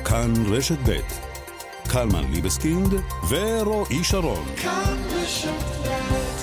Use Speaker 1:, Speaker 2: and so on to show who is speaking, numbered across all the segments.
Speaker 1: כאן רשת ב' קלמן ליבסקינד ורועי שרון. כאן רשת ב'.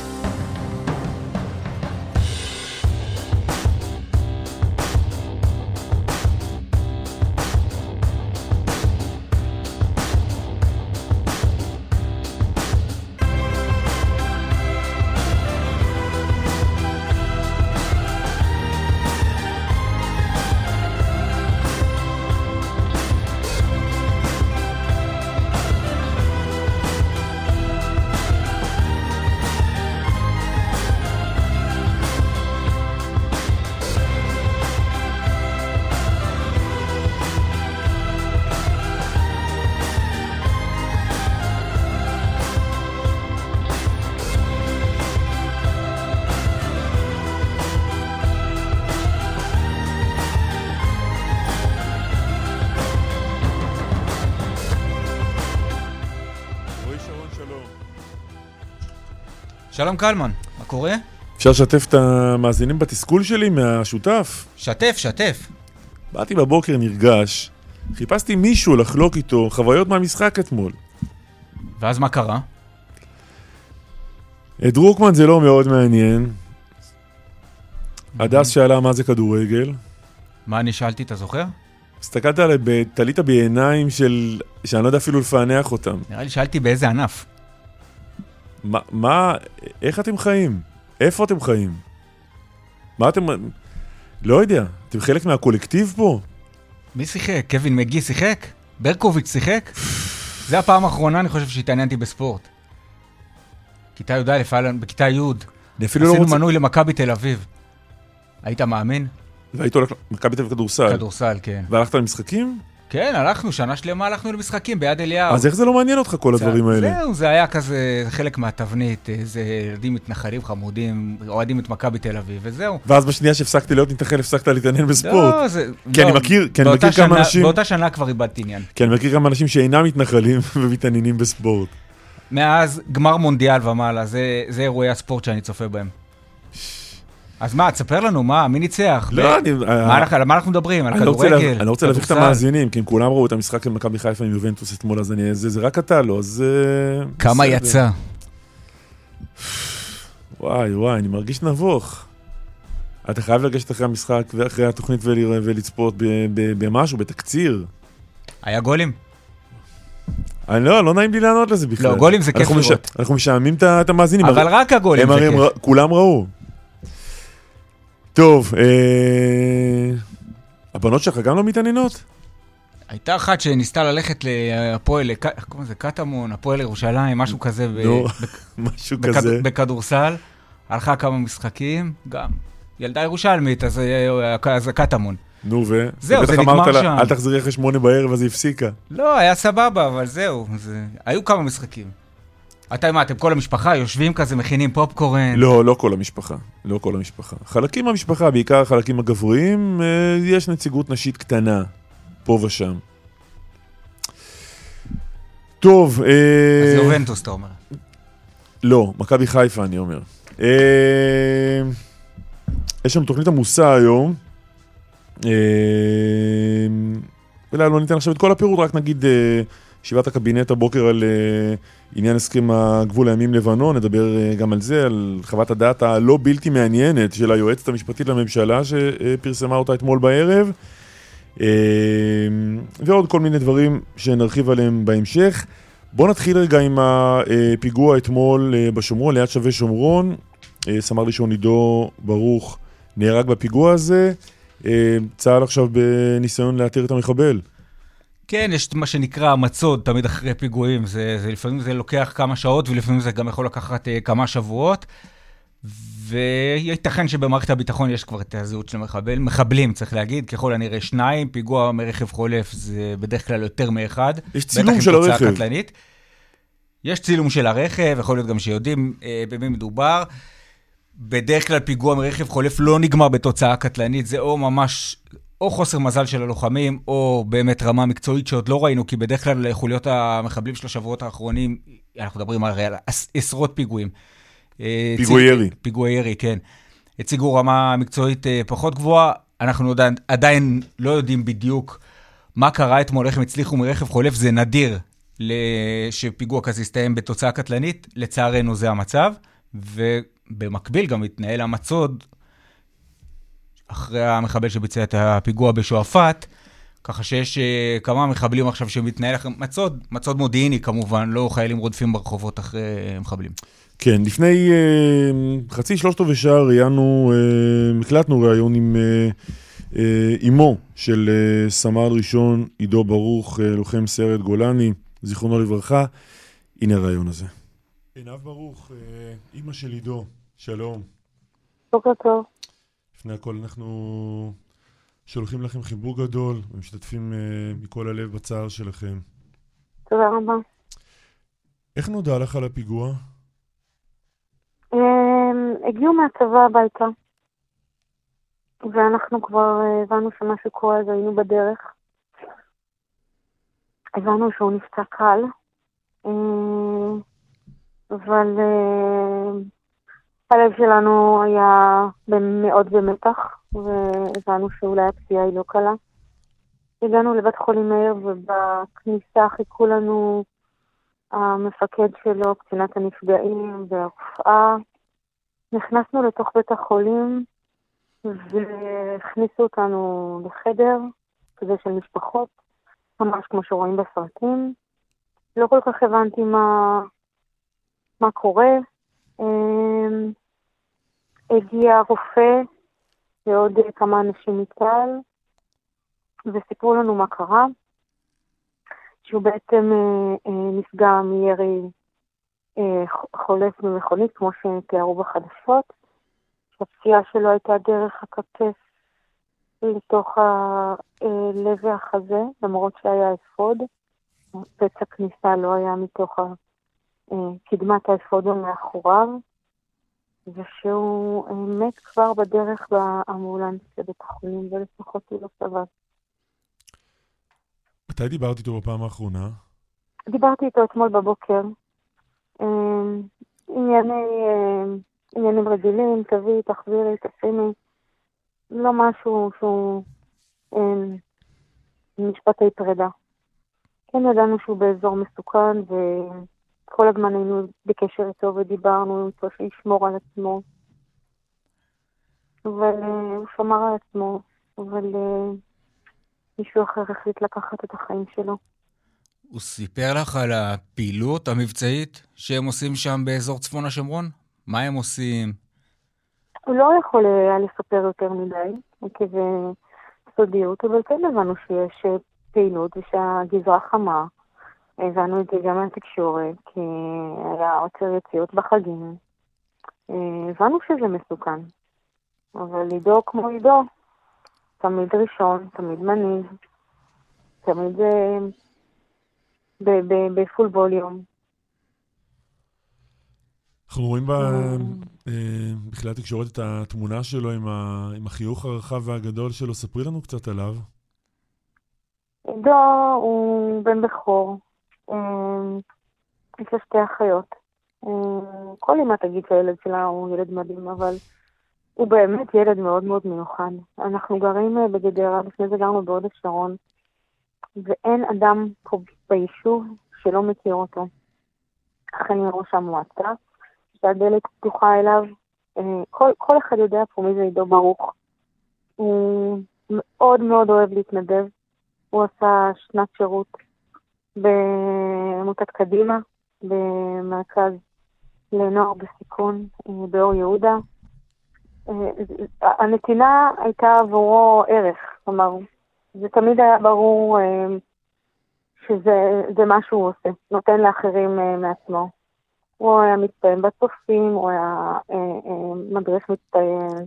Speaker 2: שלום קלמן, מה קורה?
Speaker 3: אפשר לשתף את המאזינים בתסכול שלי מהשותף?
Speaker 2: שתף.
Speaker 3: באתי בבוקר נרגש, חיפשתי מישהו לחלוק איתו חוויות מהמשחק אתמול.
Speaker 2: ואז מה קרה?
Speaker 3: את דרוקמן זה לא מאוד מעניין. הדס שאלה מה זה כדורגל.
Speaker 2: מה אני שאלתי, אתה זוכר?
Speaker 3: הסתכלת עליי, תלית בעיניים שאני לא יודע אפילו לפענח אותם.
Speaker 2: נראה לי שאלתי באיזה ענף.
Speaker 3: איך אתם חיים? איפה אתם חיים? מה אתם... לא יודע, אתם חלק מהקולקטיב פה?
Speaker 2: מי שיחק? קווין מגי שיחק? ברקוביץ' שיחק? זה הפעם האחרונה אני חושב שהתעניינתי בספורט. כיתה י' בכיתה י' עשינו מנוי למכבי תל אביב. היית מאמין?
Speaker 3: והיית הולך למכבי תל אביב כדורסל?
Speaker 2: כדורסל, כן.
Speaker 3: והלכת למשחקים?
Speaker 2: כן, הלכנו, שנה שלמה הלכנו למשחקים ביד אליהו.
Speaker 3: אז איך זה לא מעניין אותך כל הדברים האלה?
Speaker 2: זהו, זה היה כזה חלק מהתבנית, איזה ילדים מתנחלים חמודים, אוהדים את מכבי תל אביב, וזהו.
Speaker 3: ואז בשנייה שהפסקתי להיות מתנחל, הפסקת להתעניין בספורט.
Speaker 2: לא, זה...
Speaker 3: כי אני מכיר כמה אנשים...
Speaker 2: באותה שנה כבר איבדתי עניין.
Speaker 3: כי אני מכיר כמה אנשים שאינם מתנחלים ומתעניינים בספורט.
Speaker 2: מאז גמר מונדיאל ומעלה, זה אירועי הספורט שאני צופה בהם. אז מה, תספר לנו, מי ניצח?
Speaker 3: לא,
Speaker 2: על מה אנחנו מדברים? על כדורגל?
Speaker 3: אני רוצה להביך את המאזינים, כי אם כולם ראו את המשחק של מכבי חיפה עם יובנטוס אתמול, אז זה רק אתה לא, אז...
Speaker 2: כמה יצא?
Speaker 3: וואי, אני מרגיש נבוך. אתה חייב לגשת אחרי המשחק ואחרי התוכנית ולצפות במשהו, בתקציר.
Speaker 2: היה גולים?
Speaker 3: לא נעים לי לענות לזה בכלל.
Speaker 2: לא, גולים זה כיף לראות.
Speaker 3: אנחנו משעמים את המאזינים.
Speaker 2: אבל רק הגולים זה כיף.
Speaker 3: כולם ראו. טוב, הבנות שלך גם לא מתעניינות?
Speaker 2: הייתה אחת שניסתה ללכת להפועל, איך קוראים לזה? קטמון, הפועל ירושלים, משהו כזה, בכדורסל, הלכה כמה משחקים, גם ילדה ירושלמית, אז קטמון.
Speaker 3: נו
Speaker 2: זהו, זה נגמר שם.
Speaker 3: אל תחזרי אחרי 8 בערב, אז היא הפסיקה.
Speaker 2: לא, היה סבבה, אבל זהו, היו כמה משחקים. אתם כל המשפחה יושבים כזה, מכינים פופקורן?
Speaker 3: לא כל המשפחה, לא כל המשפחה. חלקים מהמשפחה, בעיקר החלקים הגבריים, יש נציגות נשית קטנה, פה ושם. טוב,
Speaker 2: אז יובנטוס, אתה אומר. לא,
Speaker 3: מכבי חיפה, אני אומר. יש שם תוכנית עמוסה היום. אולי לא ניתן עכשיו את כל הפירוט, רק נגיד... ישיבת הקבינט הבוקר על עניין הסכם הגבול הימים לבנון, נדבר גם על זה, על חוות הדעת הלא בלתי מעניינת של היועצת המשפטית לממשלה שפרסמה אותה אתמול בערב, ועוד כל מיני דברים שנרחיב עליהם בהמשך. בואו נתחיל רגע עם הפיגוע אתמול בשומרון, ליד שווה שומרון. סמ"ר ראשון עידו ברוך נהרג בפיגוע הזה, צה"ל עכשיו בניסיון לאתר את המחבל.
Speaker 2: כן, יש מה שנקרא מצוד, תמיד אחרי פיגועים, לפעמים זה לוקח כמה שעות, ולפעמים זה גם יכול לקחת כמה שבועות, וייתכן שבמערכת הביטחון יש כבר את הזהות של מחבלים, צריך להגיד, ככל הנראה 2, פיגוע מרכב חולף זה בדרך כלל יותר מאחד.
Speaker 3: יש צילום של הרכב.
Speaker 2: יש צילום של הרכב, יכול להיות גם שיודעים במי מדובר, בדרך כלל פיגוע מרכב חולף לא נגמר בתוצאה קטלנית, זה או ממש... או חוסר מזל של הלוחמים, או באמת רמה מקצועית שעוד לא ראינו, כי בדרך כלל חוליות המחבלים של השבועות האחרונים, אנחנו מדברים על עשרות פיגועים.
Speaker 3: פיגועי ירי.
Speaker 2: פיגועי ירי, כן. הציגו רמה מקצועית פחות גבוהה, אנחנו עדיין לא יודעים בדיוק מה קרה אתמול, איך הם הצליחו מרכב חולף, זה נדיר שפיגוע כזה יסתיים בתוצאה קטלנית, לצערנו זה המצב, ובמקביל גם התנהל המצוד, אחרי המחבל שביצע את הפיגוע בשועפאט, ככה שיש כמה מחבלים עכשיו שמתנהל מצוד מודיעיני כמובן, לא חיילים רודפים ברחובות אחרי מחבלים.
Speaker 3: כן, לפני חצי שלושת רבעי שעה הקלטנו ראיון עם אמו של סמל ראשון עידו ברוך, לוחם סיירת גולני, זיכרונו לברכה. הנה הראיון הזה. עינב ברוך, אמא של עידו, שלום.
Speaker 4: בוקר טוב.
Speaker 3: לפני הכל אנחנו שולחים לכם חיבוק גדול ומשתתפים מכל הלב בצער שלכם.
Speaker 4: תודה רבה.
Speaker 3: איך נודע לך על הפיגוע?
Speaker 4: הגיעו מהצבא הביתה, ואנחנו כבר הבנו שמשהו קורה, אז היינו בדרך. הבנו שהוא נפצע קל, אבל הלב שלנו היה מאוד במתח, והבנו שאולי הפציעה היא לא קלה. הגענו לבית חולים מאיר, ובכניסה חיכו לנו המפקד שלו, קצינת הנפגעים והרופאה. נכנסנו לתוך בית החולים והכניסו אותנו לחדר כזה של משפחות, ממש כמו שרואים בסרטים. לא כל כך הבנתי מה קורה. הגיע רופא ועוד כמה אנשים מצה"ל וסיפרו לנו מה קרה, שהוא בעצם נפגע מירי חולף ממכונית, כמו שתיארו בחדשות. הפציעה שלו הייתה דרך הכתף לתוך הלב והחזה, למרות שהיה אפוד. פצע כניסה לא היה מתוך קדמת האפוד ומאחוריו, ושהוא מת כבר בדרך באמבולנס לבית החולים, ולפחות הוא לא סבל.
Speaker 3: מתי דיברתי איתו בפעם האחרונה?
Speaker 4: דיברתי איתו אתמול בבוקר. עניינים רגילים, תביאי, תחזירי, תשימי. לא משהו שהוא משפטי פרידה. כן ידענו שהוא באזור מסוכן, וכל הזמן היינו בקשר איתו ודיברנו איתו שישמור על עצמו. אבל הוא שמר על עצמו, אבל מישהו אחר החליט לקחת את החיים שלו.
Speaker 2: הוא סיפר לך על הפעילות המבצעית שהם עושים שם באזור צפון השומרון? מה הם עושים?
Speaker 4: הוא לא יכול היה לספר יותר מדי, כזה סודיות, אבל כן הבנו שיש פעילות ושהגזרה חמה. הבנו את זה גם מהתקשורת, כי היה עוצר יציאות בחגים. הבנו שזה מסוכן. אבל עידו כמו עידו, תמיד ראשון, תמיד מנהיג, תמיד בפול ווליום.
Speaker 3: אנחנו רואים בכלי התקשורת את התמונה שלו עם החיוך הרחב והגדול שלו. ספרי לנו קצת עליו.
Speaker 4: עידו הוא בן בכור. יש לה שתי אחיות. כל אמא תגיד שהילד שלה הוא ילד מדהים, אבל הוא באמת ילד מאוד מאוד מיוחד. אנחנו גרים בגדרה, לפני זה גרנו בהוד השרון, ואין אדם פה ביישוב שלא מכיר אותו. אכן ראש המועצה, שהדלת פתוחה אליו. כל אחד יודע פה מי זה עידו ברוך. הוא מאוד מאוד אוהב להתנדב. הוא עשה שנת שירות בעמותת קדימה, במרכז לנוער בסיכון באור יהודה. הנתינה הייתה עבורו ערך, כלומר, זה תמיד היה ברור שזה מה שהוא עושה, נותן לאחרים מעצמו. הוא היה מצטיין בצופים, הוא היה מדריך מצטיין,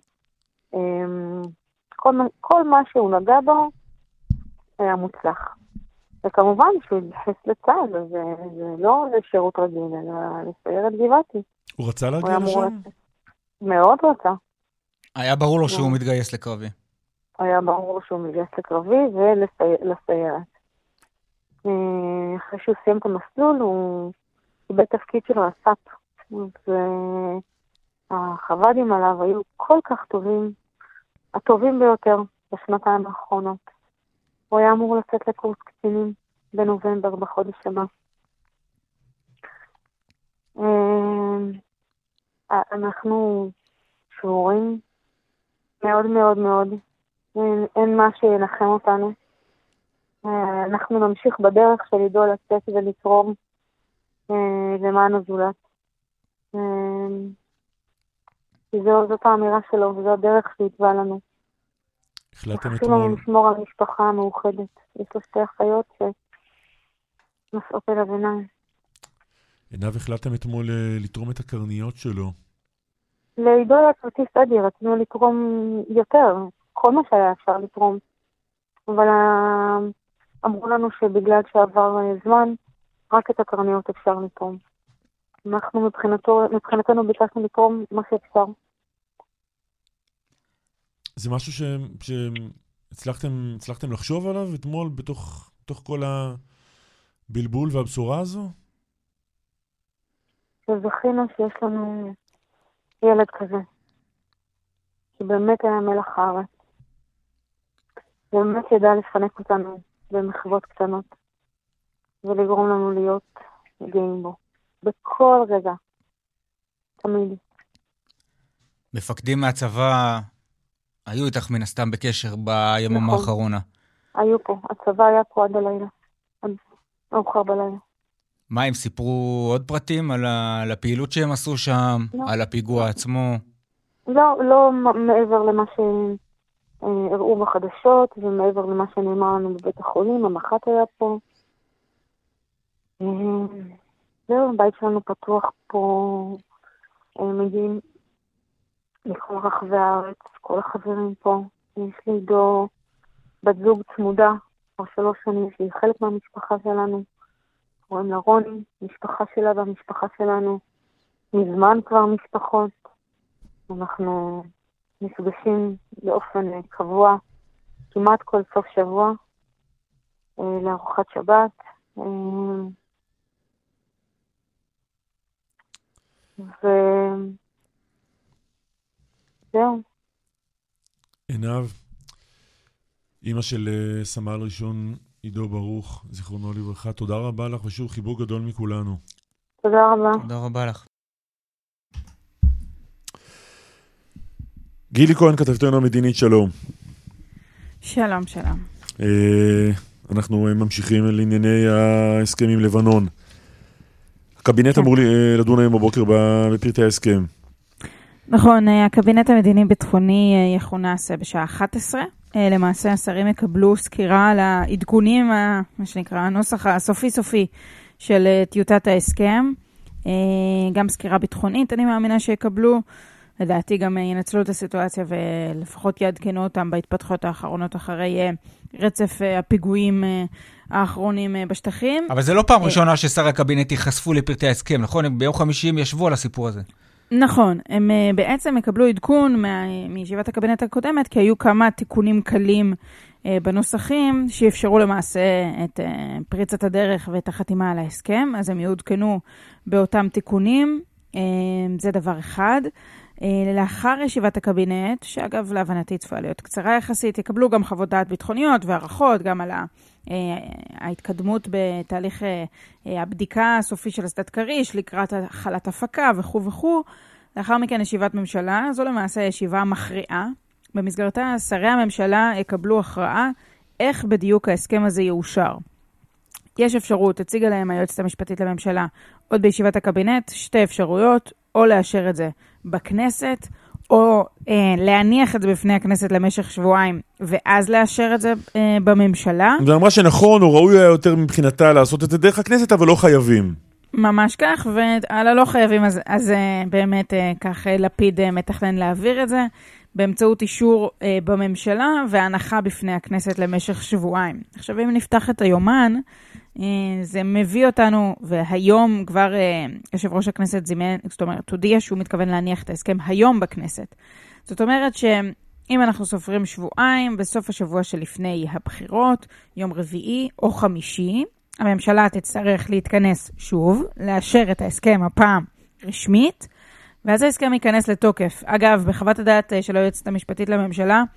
Speaker 4: כל מה שהוא נגע בו היה מוצלח. וכמובן שהוא התייחס לצה"ל, זה לא לשירות רגיל, אלא לסיירת גבעתי.
Speaker 3: הוא רצה להגיע לשם?
Speaker 4: מאוד רצה.
Speaker 2: היה ברור לו שהוא מתגייס לקרבי.
Speaker 4: היה ברור שהוא מתגייס לקרבי ולסיירת. אחרי שהוא סיים את המסלול, הוא קיבל תפקיד שלו הסאפ. והחב"דים עליו היו כל כך טובים, הטובים ביותר בשנתיים האחרונות. הוא היה אמור לצאת לקורס קצינים בנובמבר בחודש הבא. אנחנו שבורים מאוד מאוד מאוד. אין מה שינחם אותנו. אנחנו נמשיך בדרך של עידו לצאת ולתרום למען הזולת. כי זאת האמירה שלו, וזו הדרך שהתווה לנו.
Speaker 3: החלטתם
Speaker 4: חשוב לנו
Speaker 3: אתמול...
Speaker 4: לשמור על משפחה המאוחדת. יש לו שתי אחיות שנושאות אל עיניים.
Speaker 3: עינב, החלטתם אתמול לתרום את הקרניות שלו.
Speaker 4: לעידו לצותי סדי, רצינו לתרום יותר, כל מה שהיה אפשר לתרום. אבל אמרו לנו שבגלל שעבר זמן, רק את הקרניות אפשר לתרום. אנחנו מבחינתנו ביקשנו לתרום מה שאפשר.
Speaker 3: זה משהו שהצלחתם לחשוב עליו אתמול בתוך כל הבלבול והבשורה הזו?
Speaker 4: שזכינו שיש לנו ילד כזה, שבאמת היה מלח הארץ. באמת ידע לפנק אותנו במחוות קטנות, ולגרום לנו להיות גאים בו. בכל רגע. תמיד.
Speaker 2: מפקדים מהצבא היו איתך מן הסתם בקשר ביממה האחרונה.
Speaker 4: היו פה. הצבא היה פה עד הלילה. עד מאוחר בלילה.
Speaker 2: מה, הם סיפרו עוד פרטים על הפעילות שהם עשו שם, על הפיגוע עצמו?
Speaker 4: לא מעבר למה שהראו בחדשות, ומעבר למה שנאמר לנו בבית החולים. המח"ט היה פה. זהו, הבית שלנו פתוח פה, מגיעים לכל רחבי הארץ, כל החברים פה. יש לי עידו בת זוג צמודה, כבר 3 שנים, שהיא חלק מהמשפחה שלנו. קוראים לה רוני, משפחה שלה והמשפחה שלנו. מזמן כבר משפחות. אנחנו נפגשים באופן קבוע, כמעט כל סוף שבוע, לארוחת שבת. זהו.
Speaker 3: עינב, אמא של סמל ראשון עידו ברוך, זיכרונו לברכה, תודה רבה לך ושוב חיבוק גדול מכולנו.
Speaker 4: תודה רבה.
Speaker 2: תודה רבה לך.
Speaker 3: גילי כהן, כתבתנו המדינית, שלום.
Speaker 5: שלום, שלום.
Speaker 3: אנחנו ממשיכים לענייני ההסכם עם לבנון. הקבינט אמור לדון היום בבוקר בפרטי ההסכם.
Speaker 5: נכון, הקבינט המדיני-ביטחוני יכונס בשעה 11. למעשה השרים יקבלו סקירה על העדכונים, מה שנקרא, הנוסח הסופי-סופי של טיוטת ההסכם. גם סקירה ביטחונית, אני מאמינה שיקבלו. לדעתי גם ינצלו את הסיטואציה ולפחות יעדכנו אותם בהתפתחות האחרונות אחרי רצף הפיגועים האחרונים בשטחים.
Speaker 2: אבל זה לא פעם ראשונה ששר הקבינט יחשפו לפרטי ההסכם, נכון? הם ביום חמישי הם ישבו על הסיפור הזה.
Speaker 5: נכון, הם בעצם יקבלו עדכון מישיבת הקבינט הקודמת, כי היו כמה תיקונים קלים בנוסחים שאפשרו למעשה את פריצת הדרך ואת החתימה על ההסכם, אז הם יעודכנו באותם תיקונים, זה דבר אחד. לאחר ישיבת הקבינט, שאגב להבנתי צפויה להיות קצרה יחסית, יקבלו גם חוות דעת ביטחוניות והערכות, גם על ההתקדמות בתהליך הבדיקה הסופי של אסדת כריש, לקראת החלת הפקה וכו' וכו'. לאחר מכן ישיבת ממשלה, זו למעשה ישיבה מכריעה. במסגרתה שרי הממשלה יקבלו הכרעה איך בדיוק ההסכם הזה יאושר. יש אפשרות, הציגה להם היועצת המשפטית לממשלה עוד בישיבת הקבינט, 2 אפשרויות, או לאשר את זה בכנסת, או להניח את זה בפני הכנסת למשך שבועיים, ואז לאשר את זה בממשלה. ואמרה
Speaker 3: שנכון, או ראוי היה יותר מבחינתה לעשות את זה דרך הכנסת, אבל לא חייבים.
Speaker 5: ממש כך, ועל הלא חייבים, אז באמת כך לפיד מתכנן להעביר את זה, באמצעות אישור בממשלה, והנחה בפני הכנסת למשך שבועיים. עכשיו, אם נפתח את היומן, זה מביא אותנו, והיום כבר יושב ראש הכנסת זימן, זאת אומרת, תודיע שהוא מתכוון להניח את ההסכם היום בכנסת. זאת אומרת שאם אנחנו סופרים שבועיים, בסוף השבוע שלפני הבחירות, יום רביעי או חמישי, הממשלה תצטרך להתכנס שוב, לאשר את ההסכם הפעם רשמית, ואז ההסכם ייכנס לתוקף. אגב, בחוות הדעת של היועצת המשפטית לממשלה,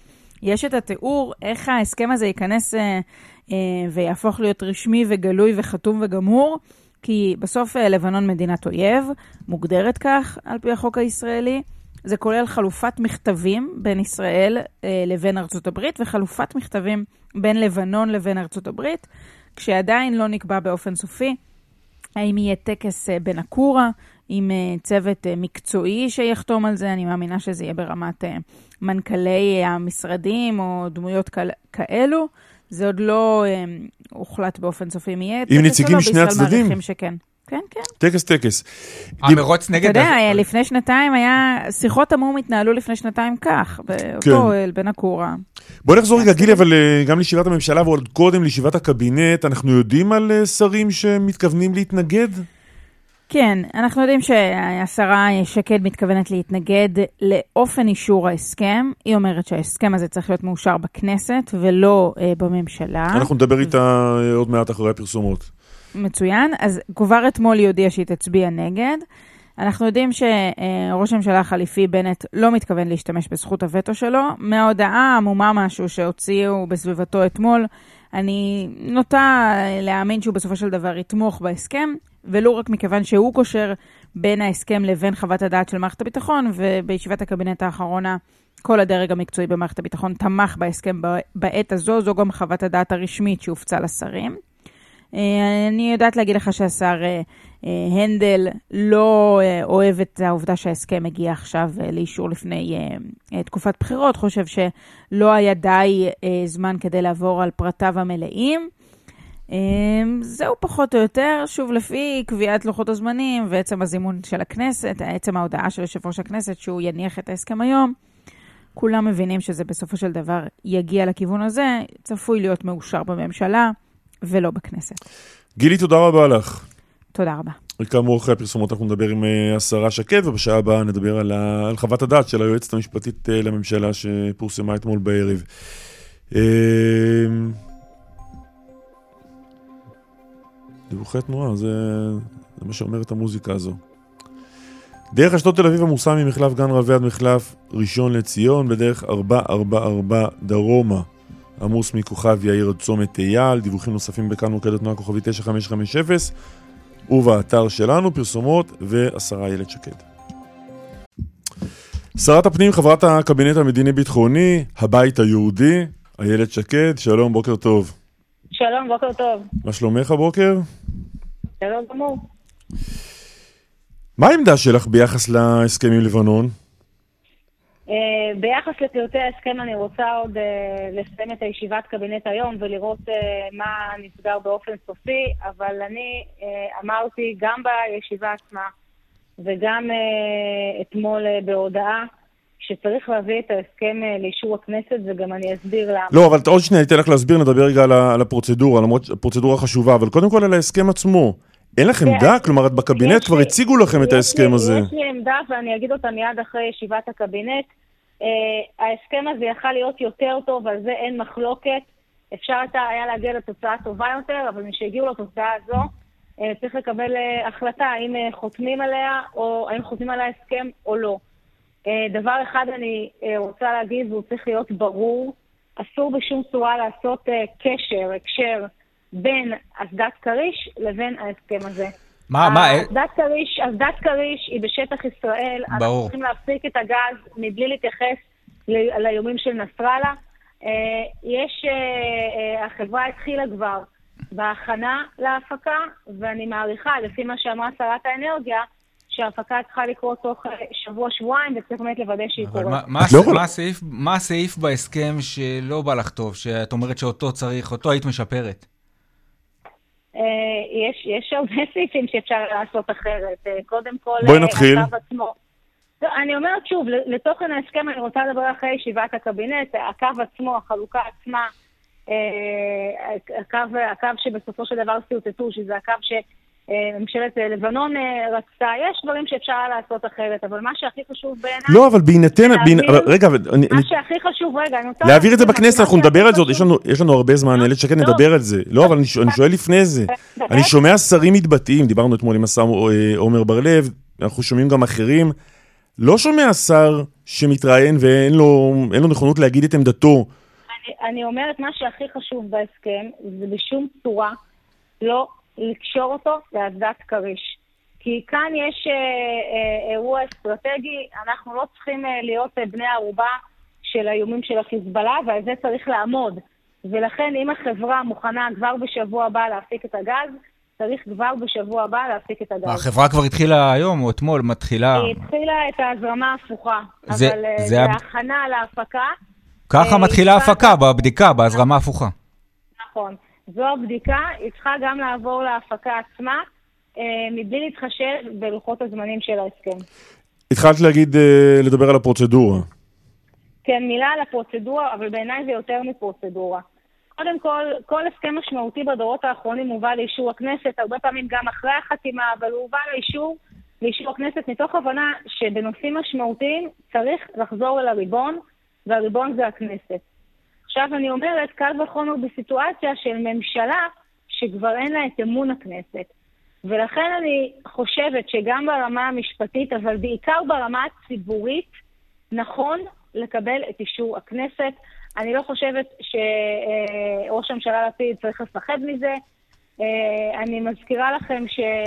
Speaker 5: יש את התיאור איך ההסכם הזה ייכנס ויהפוך להיות רשמי וגלוי וחתום וגמור, כי בסוף לבנון מדינת אויב, מוגדרת כך על פי החוק הישראלי. זה כולל חלופת מכתבים בין ישראל לבין ארצות הברית, וחלופת מכתבים בין לבנון לבין ארצות הברית, כשעדיין לא נקבע באופן סופי האם יהיה טקס בנקורה, עם צוות מקצועי שיחתום על זה. אני מאמינה שזה יהיה ברמת מנכ"לי המשרדים או דמויות כאלו. זה עוד לא הוחלט באופן סופי מי
Speaker 3: עם נציגים משני הצדדים?
Speaker 5: שכן. כן, כן.
Speaker 3: טקס.
Speaker 2: המרוץ נגד...
Speaker 5: אתה יודע, לפני שנתיים היה... שיחות המום התנהלו לפני שנתיים כך, באותו אוהל, בנקורה.
Speaker 3: בוא נחזור רגע, גילי, אבל גם לישיבת הממשלה ועוד קודם לישיבת הקבינט, אנחנו יודעים על שרים שמתכוונים להתנגד?
Speaker 5: כן, אנחנו יודעים שהשרה שקד מתכוונת להתנגד לאופן אישור ההסכם. היא אומרת שההסכם הזה צריך להיות מאושר בכנסת ולא בממשלה. אנחנו
Speaker 3: נדבר איתה עוד מעט אחרי הפרסומות.
Speaker 5: מצוין. אז כבר אתמול היא הודיעה שהיא תצביע נגד. אנחנו יודעים שראש הממשלה החליפי בנט לא מתכוון להשתמש בזכות הווטו שלו. מההודעה עמומה משהו שהוציאו בסביבתו אתמול, אני נוטה להאמין שהוא בסופו של דבר יתמוך בהסכם, ולא רק מכיוון שהוא קושר בין ההסכם לבין חוות הדעת של מערכת הביטחון, ובישיבת הקבינט האחרונה כל הדרג המקצועי במערכת הביטחון תמך בהסכם בעת הזו. זו גם חוות הדעת הרשמית שהופצה לשרים. אני יודעת להגיד לך שהשר הנדל לא אוהב את העובדה שההסכם מגיע עכשיו לאישור לפני תקופת בחירות, חושב שלא היה די זמן כדי לעבור על פרטיו המלאים. זהו פחות או יותר, שוב לפי קביעת לוחות הזמנים ועצם הזימון של הכנסת, עצם ההודעה של יושב ראש הכנסת שהוא יניח את ההסכם היום, כולם מבינים שזה בסופו של דבר יגיע לכיוון הזה, צפוי להיות מאושר בממשלה ולא בכנסת.
Speaker 3: גילי, תודה רבה לך.
Speaker 5: תודה רבה.
Speaker 3: כאמור, אחרי הפרסומות אנחנו נדבר עם השרה שקד, ובשעה הבאה נדבר על חוות הדעת של היועצת המשפטית לממשלה שפורסמה אתמול בערב. דיווחי תנועה, זה מה שאומרת המוזיקה הזו. דרך אשדוד תל אביב עמוסה ממחלף גן רבי עד מחלף ראשון לציון, בדרך 444 דרומה. עמוס מכוכב יאיר עד צומת אייל. דיווחים נוספים בכאן מוקד התנועה כוכבי 9550 ובאתר שלנו פרסומות והשרה איילת שקד. שרת הפנים, חברת הקבינט המדיני-ביטחוני, הבית היהודי, איילת שקד, שלום, בוקר טוב.
Speaker 6: שלום, בוקר טוב.
Speaker 3: מה שלומך הבוקר?
Speaker 6: שלום גמור.
Speaker 3: מה העמדה שלך ביחס להסכם עם לבנון?
Speaker 6: ביחס לפרטי ההסכם אני רוצה עוד לסיים את הישיבת קבינט היום ולראות מה נסגר באופן סופי, אבל אני אמרתי גם בישיבה עצמה וגם אתמול בהודעה שצריך להביא את ההסכם לאישור הכנסת, וגם אני אסביר למה.
Speaker 3: לא, אבל עוד שנייה, ניתן לך להסביר, נדבר רגע על הפרוצדורה, למרות הפרוצדורה חשובה, אבל קודם כל על ההסכם עצמו. אין לך עמדה? כלומר, בקבינט כבר הציגו לכם את ההסכם הזה.
Speaker 6: יש לי עמדה, ואני אגיד אותה מיד אחרי ישיבת הקבינט. ההסכם הזה יכל להיות יותר טוב, על זה אין מחלוקת. אפשר היה להגיע לתוצאה טובה יותר, אבל משהגיעו לתוצאה הזו, צריך לקבל החלטה האם חותמים עליה, או האם חותמים על ההסכם או לא. דבר אחד אני רוצה להגיד, והוא צריך להיות ברור, אסור בשום צורה לעשות קשר, הקשר, בין אסדת קריש לבין ההסכם הזה. אסדת קריש היא בשטח ישראל, אנחנו צריכים להפסיק את הגז מבלי להתייחס לאיומים של נסראללה. החברה התחילה כבר בהכנה להפקה, ואני מעריכה, לפי מה שאמרה שרת האנרגיה, שההפקה צריכה לקרות תוך שבוע-שבועיים, וצריך באמת לוודא שהיא קורית.
Speaker 2: מה הסעיף בהסכם שלא בא לך טוב, שאת אומרת שאותו היית משפרת?
Speaker 6: יש הרבה סעיפים שאפשר לעשות אחרת. קודם כל,
Speaker 3: בואי נתחיל.
Speaker 6: אני אומרת שוב, לתוכן ההסכם אני רוצה לדבר אחרי ישיבת הקבינט, הקו עצמו, החלוקה עצמה, הקו שבסופו של דבר סרטטו, שזה הקו ממשלת לבנון רצתה, יש דברים שאפשר לעשות אחרת, אבל מה שהכי חשוב בעיניי...
Speaker 3: לא, אבל בהינתן... רגע,
Speaker 6: מה שהכי חשוב, רגע, אני רוצה...
Speaker 3: להעביר את זה בכנסת, אנחנו נדבר על זה, יש לנו הרבה זמן, איילת שקד נדבר על זה. לא, אבל אני שואל לפני זה. אני שומע שרים מתבטאים, דיברנו אתמול עם השר עומר בר-לב, אנחנו שומעים גם אחרים. לא שומע שר שמתראיין ואין לו נכונות להגיד את עמדתו
Speaker 6: אני אומרת, מה שהכי חשוב בהסכם, זה בשום צורה לא לקשור אותו לאסדת כריש. כי כאן יש אירוע אסטרטגי, אנחנו לא צריכים להיות בני ערובה של האיומים של החיזבאללה, ועל זה צריך לעמוד. ולכן אם החברה מוכנה כבר בשבוע הבא להפיק את הגז, צריך כבר בשבוע הבא להפיק את הגז.
Speaker 2: החברה כבר התחילה היום או אתמול מתחילה?
Speaker 6: היא התחילה את ההזרמה ההפוכה, אבל זה הכנה להפקה.
Speaker 2: ככה מתחילה ההפקה, בבדיקה, בהזרמה ההפוכה.
Speaker 6: נכון. זו הבדיקה, היא צריכה גם לעבור להפקה עצמה, מבלי להתחשב בלוחות הזמנים של ההסכם.
Speaker 3: התחלת לדבר על הפרוצדורה.
Speaker 6: כן, מילה על הפרוצדורה, אבל בעיניי זה יותר מפרוצדורה. קודם כל הסכם משמעותי בדורות האחרונים הובא לאישור הכנסת, הרבה פעמים גם אחרי החתימה, אבל הוא הובא לאישור הכנסת מתוך הבנה שבנושאים משמעותיים צריך לחזור אל הריבון, והריבון זה הכנסת. עכשיו אני אומרת, קל וחומר בסיטואציה של ממשלה שכבר אין לה את אמון הכנסת. ולכן אני חושבת שגם ברמה המשפטית, אבל בעיקר ברמה הציבורית, נכון לקבל את אישור הכנסת. אני לא חושבת שראש הממשלה לפיד צריך לפחד מזה. אני מזכירה לכם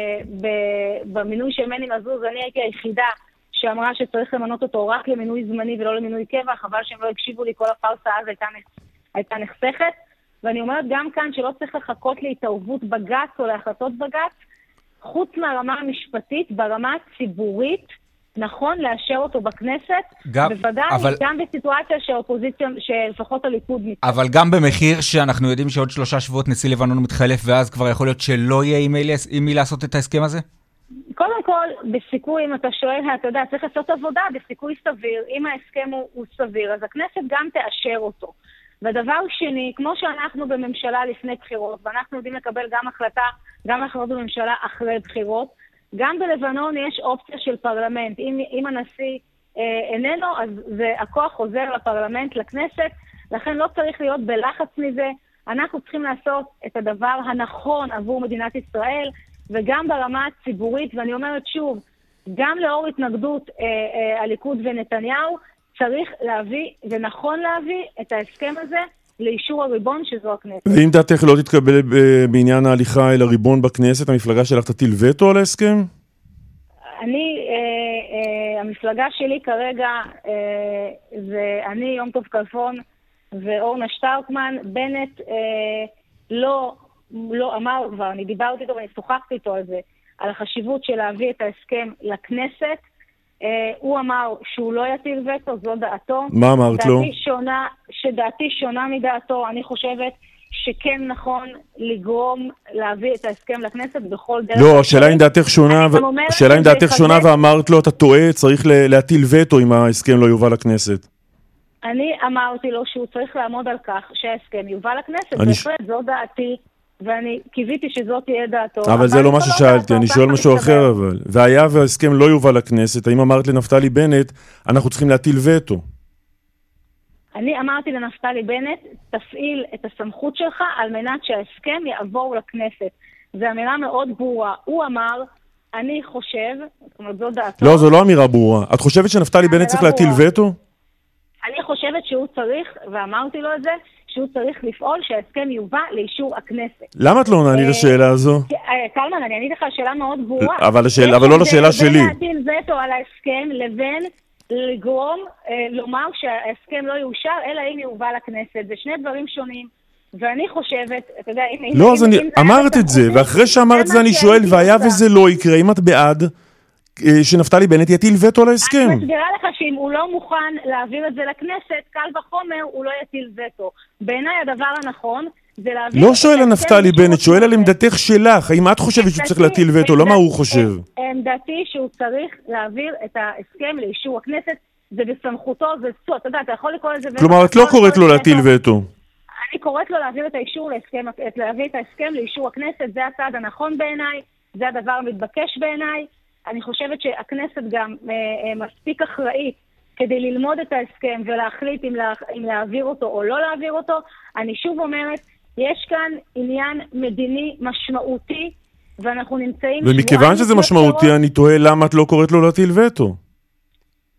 Speaker 6: שבמינוי של מני מזוז אני הייתי היחידה שאמרה שצריך למנות אותו רק למינוי זמני ולא למינוי קבע, חבל שהם לא הקשיבו לי, כל הפרסה אז הייתה נחסכת. ואני אומרת גם כאן שלא צריך לחכות להתערבות בג"ץ או להחלטות בג"ץ, חוץ מהרמה המשפטית, ברמה הציבורית, נכון לאשר אותו בכנסת, בוודאי גם בסיטואציה שהאופוזיציה, שלפחות הליכוד מתחלף.
Speaker 2: אבל גם במחיר שאנחנו יודעים שעוד 3 שבועות נשיא לבנון מתחלף, ואז כבר יכול להיות שלא יהיה עם מי לעשות את ההסכם הזה?
Speaker 6: קודם כל, בסיכוי, אם אתה שואל, אתה יודע, צריך לעשות עבודה, בסיכוי סביר, אם ההסכם הוא סביר, אז הכנסת גם תאשר אותו. ודבר שני, כמו שאנחנו בממשלה לפני בחירות, ואנחנו יודעים לקבל גם החלטות בממשלה אחרי בחירות, גם בלבנון יש אופציה של פרלמנט. אם הנשיא איננו, אז הכוח חוזר לפרלמנט, לכנסת, לכן לא צריך להיות בלחץ מזה. אנחנו צריכים לעשות את הדבר הנכון עבור מדינת ישראל, וגם ברמה הציבורית, ואני אומרת שוב, גם לאור התנגדות הליכוד ונתניהו, צריך להביא, ונכון להביא, את ההסכם הזה לאישור הריבון שזו הכנסת.
Speaker 3: ואם דעתך לא תתקבל בעניין ההליכה אל הריבון בכנסת, המפלגה שלך תטיל וטו על ההסכם?
Speaker 6: המפלגה שלי כרגע, זה אני, יום טוב כלפון ואורנה שטרקמן. בנט לא אמר כבר, אני דיברתי איתו ואני שוחחתי איתו על זה, על החשיבות של להביא את ההסכם לכנסת. הוא אמר שהוא לא יטיל וטו, זו דעתו.
Speaker 3: מה אמרת לו?
Speaker 6: שדעתי שונה מדעתו. אני חושבת שכן נכון לגרום להביא את ההסכם לכנסת בכל דרך.
Speaker 3: לא, השאלה אם דעתך שונה ואמרת לו, אתה טועה, צריך להטיל וטו אם ההסכם לא יובא לכנסת.
Speaker 6: אני אמרתי לו שהוא צריך לעמוד על כך שההסכם יובא לכנסת. בהחלט, זו דעתי. ואני קיוויתי שזאת תהיה דעתו.
Speaker 3: אבל זה לא מה ששאלתי, אני שואל משהו אחר אבל. והיה וההסכם לא יובא לכנסת, האם אמרת לנפתלי בנט, אנחנו צריכים להטיל וטו?
Speaker 6: אני אמרתי לנפתלי בנט, תפעיל את הסמכות שלך על מנת שההסכם יעבור לכנסת. זו אמירה מאוד ברורה. הוא אמר, אני חושב, זאת אומרת, זו דעתו.
Speaker 3: לא, זו לא אמירה ברורה. את חושבת שנפתלי בנט צריך להטיל וטו?
Speaker 6: אני חושבת שהוא צריך, ואמרתי לו את זה, שהוא צריך לפעול שההסכם יובא לאישור הכנסת.
Speaker 3: למה את לא עונה לי לשאלה הזו?
Speaker 6: קלמן, אני עניתי לך שאלה מאוד ברורה.
Speaker 3: אבל לא לשאלה שלי.
Speaker 6: בין להטיל וטו על ההסכם לבין לגרום, לומר שההסכם לא יאושר, אלא אם יובא לכנסת. זה שני דברים שונים, ואני חושבת, אתה יודע,
Speaker 3: לא, אז אני אמרת את זה, ואחרי שאמרת את זה אני שואל, והיה וזה לא יקרה, אם את בעד שנפתלי בנט יטיל וטו על ההסכם.
Speaker 6: אני מסבירה לך שאם הוא לא מוכן להעביר את זה לכנסת, קל וחומר, הוא לא יטיל וטו. בעיניי הדבר הנכון זה להעביר...
Speaker 3: לא שואל על נפתלי בנט, שואל על עמדתך שלך. האם את חושבת שהוא צריך להטיל וטו, לא מה הוא חושב.
Speaker 6: עמדתי שהוא צריך להעביר את ההסכם לאישור הכנסת, זה בסמכותו, זה סוד. אתה יודע, אתה יכול לקרוא לזה...
Speaker 3: כלומר, את לא קוראת לו להטיל וטו.
Speaker 6: אני קוראת לו להעביר את ההסכם לאישור הכנסת, זה הצעד הנכון בעיניי, זה הדבר המתבקש בעיניי. אני חושבת שהכנסת גם מספיק אחראית כדי ללמוד את ההסכם ולהחליט אם להעביר אותו או לא להעביר אותו. אני שוב אומרת, יש כאן עניין מדיני משמעותי, ואנחנו נמצאים...
Speaker 3: ומכיוון שזה משמעותי, אני תוהה למה את לא קוראת לו להטיל וטו.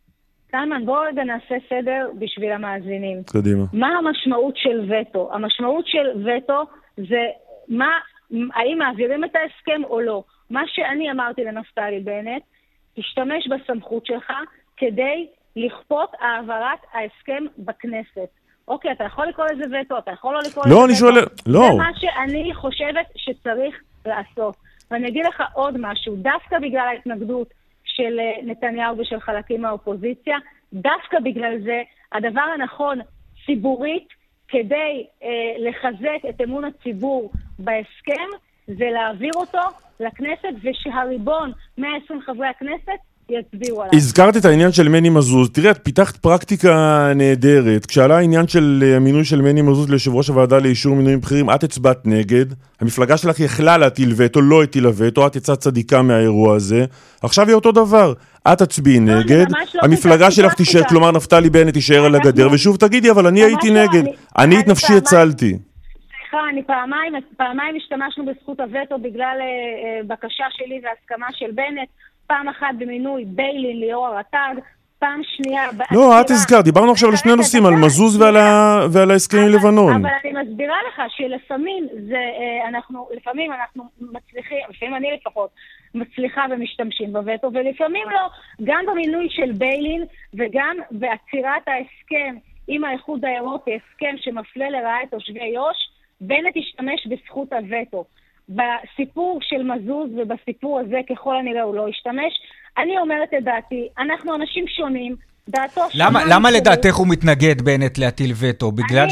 Speaker 6: קלמן, בואו רגע נעשה סדר בשביל המאזינים.
Speaker 3: קדימה.
Speaker 6: מה המשמעות של וטו? המשמעות של וטו זה האם מעבירים את ההסכם או לא. מה שאני אמרתי לנפתלי בנט, תשתמש בסמכות שלך כדי לכפות העברת ההסכם בכנסת. אוקיי, אתה יכול לקרוא לזה וטו, אתה יכול לא לקרוא לזה וטו.
Speaker 3: לא, אני שואל, לא.
Speaker 6: זה מה שאני חושבת שצריך לעשות. ואני אגיד לך עוד משהו, דווקא בגלל ההתנגדות של נתניהו ושל חלקים מהאופוזיציה, דווקא בגלל זה הדבר הנכון ציבורית כדי לחזק את אמון הציבור בהסכם, זה להעביר אותו לכנסת ושהריבון 120 חברי הכנסת יצביעו עליו.
Speaker 3: הזכרת את העניין של מני מזוז. תראה, את פיתחת פרקטיקה נהדרת. כשעלה העניין של המינוי של מני מזוז ליושב ראש הוועדה לאישור מינויים בכירים, את הצבעת נגד. המפלגה שלך יכלה להטיל וטו, לא הטילה וטו, את יצאת צדיקה מהאירוע הזה. עכשיו יהיה אותו דבר. את תצביעי נגד, המפלגה שלך תישאר, כלומר נפתלי בנט תישאר על הגדר, ושוב תגידי, אבל אני הייתי נגד. אני את נפשי הצלתי.
Speaker 6: אני פעמיים השתמשנו בזכות הווטו בגלל בקשה שלי והסכמה של בנט, פעם אחת במינוי ביילין ליאור הרט"ג, פעם שנייה...
Speaker 3: לא, את הזכרת, דיברנו עכשיו על שני נושאים, על מזוז ועל ההסכם עם לבנון.
Speaker 6: אבל אני מסבירה לך שלפעמים לפעמים אנחנו מצליחים, לפעמים אני לפחות, מצליחה ומשתמשים בווטו, ולפעמים לא, גם במינוי של ביילין וגם בעצירת ההסכם עם האיחוד האירופי, הסכם שמפלה לרעה את תושבי יו"ש, בנט השתמש בזכות הווטו. בסיפור של מזוז ובסיפור הזה ככל הנראה הוא לא השתמש. אני אומרת את דעתי, אנחנו אנשים שונים, דעתו שונה.
Speaker 2: למה לדעתך הוא מתנגד בנט להטיל וטו?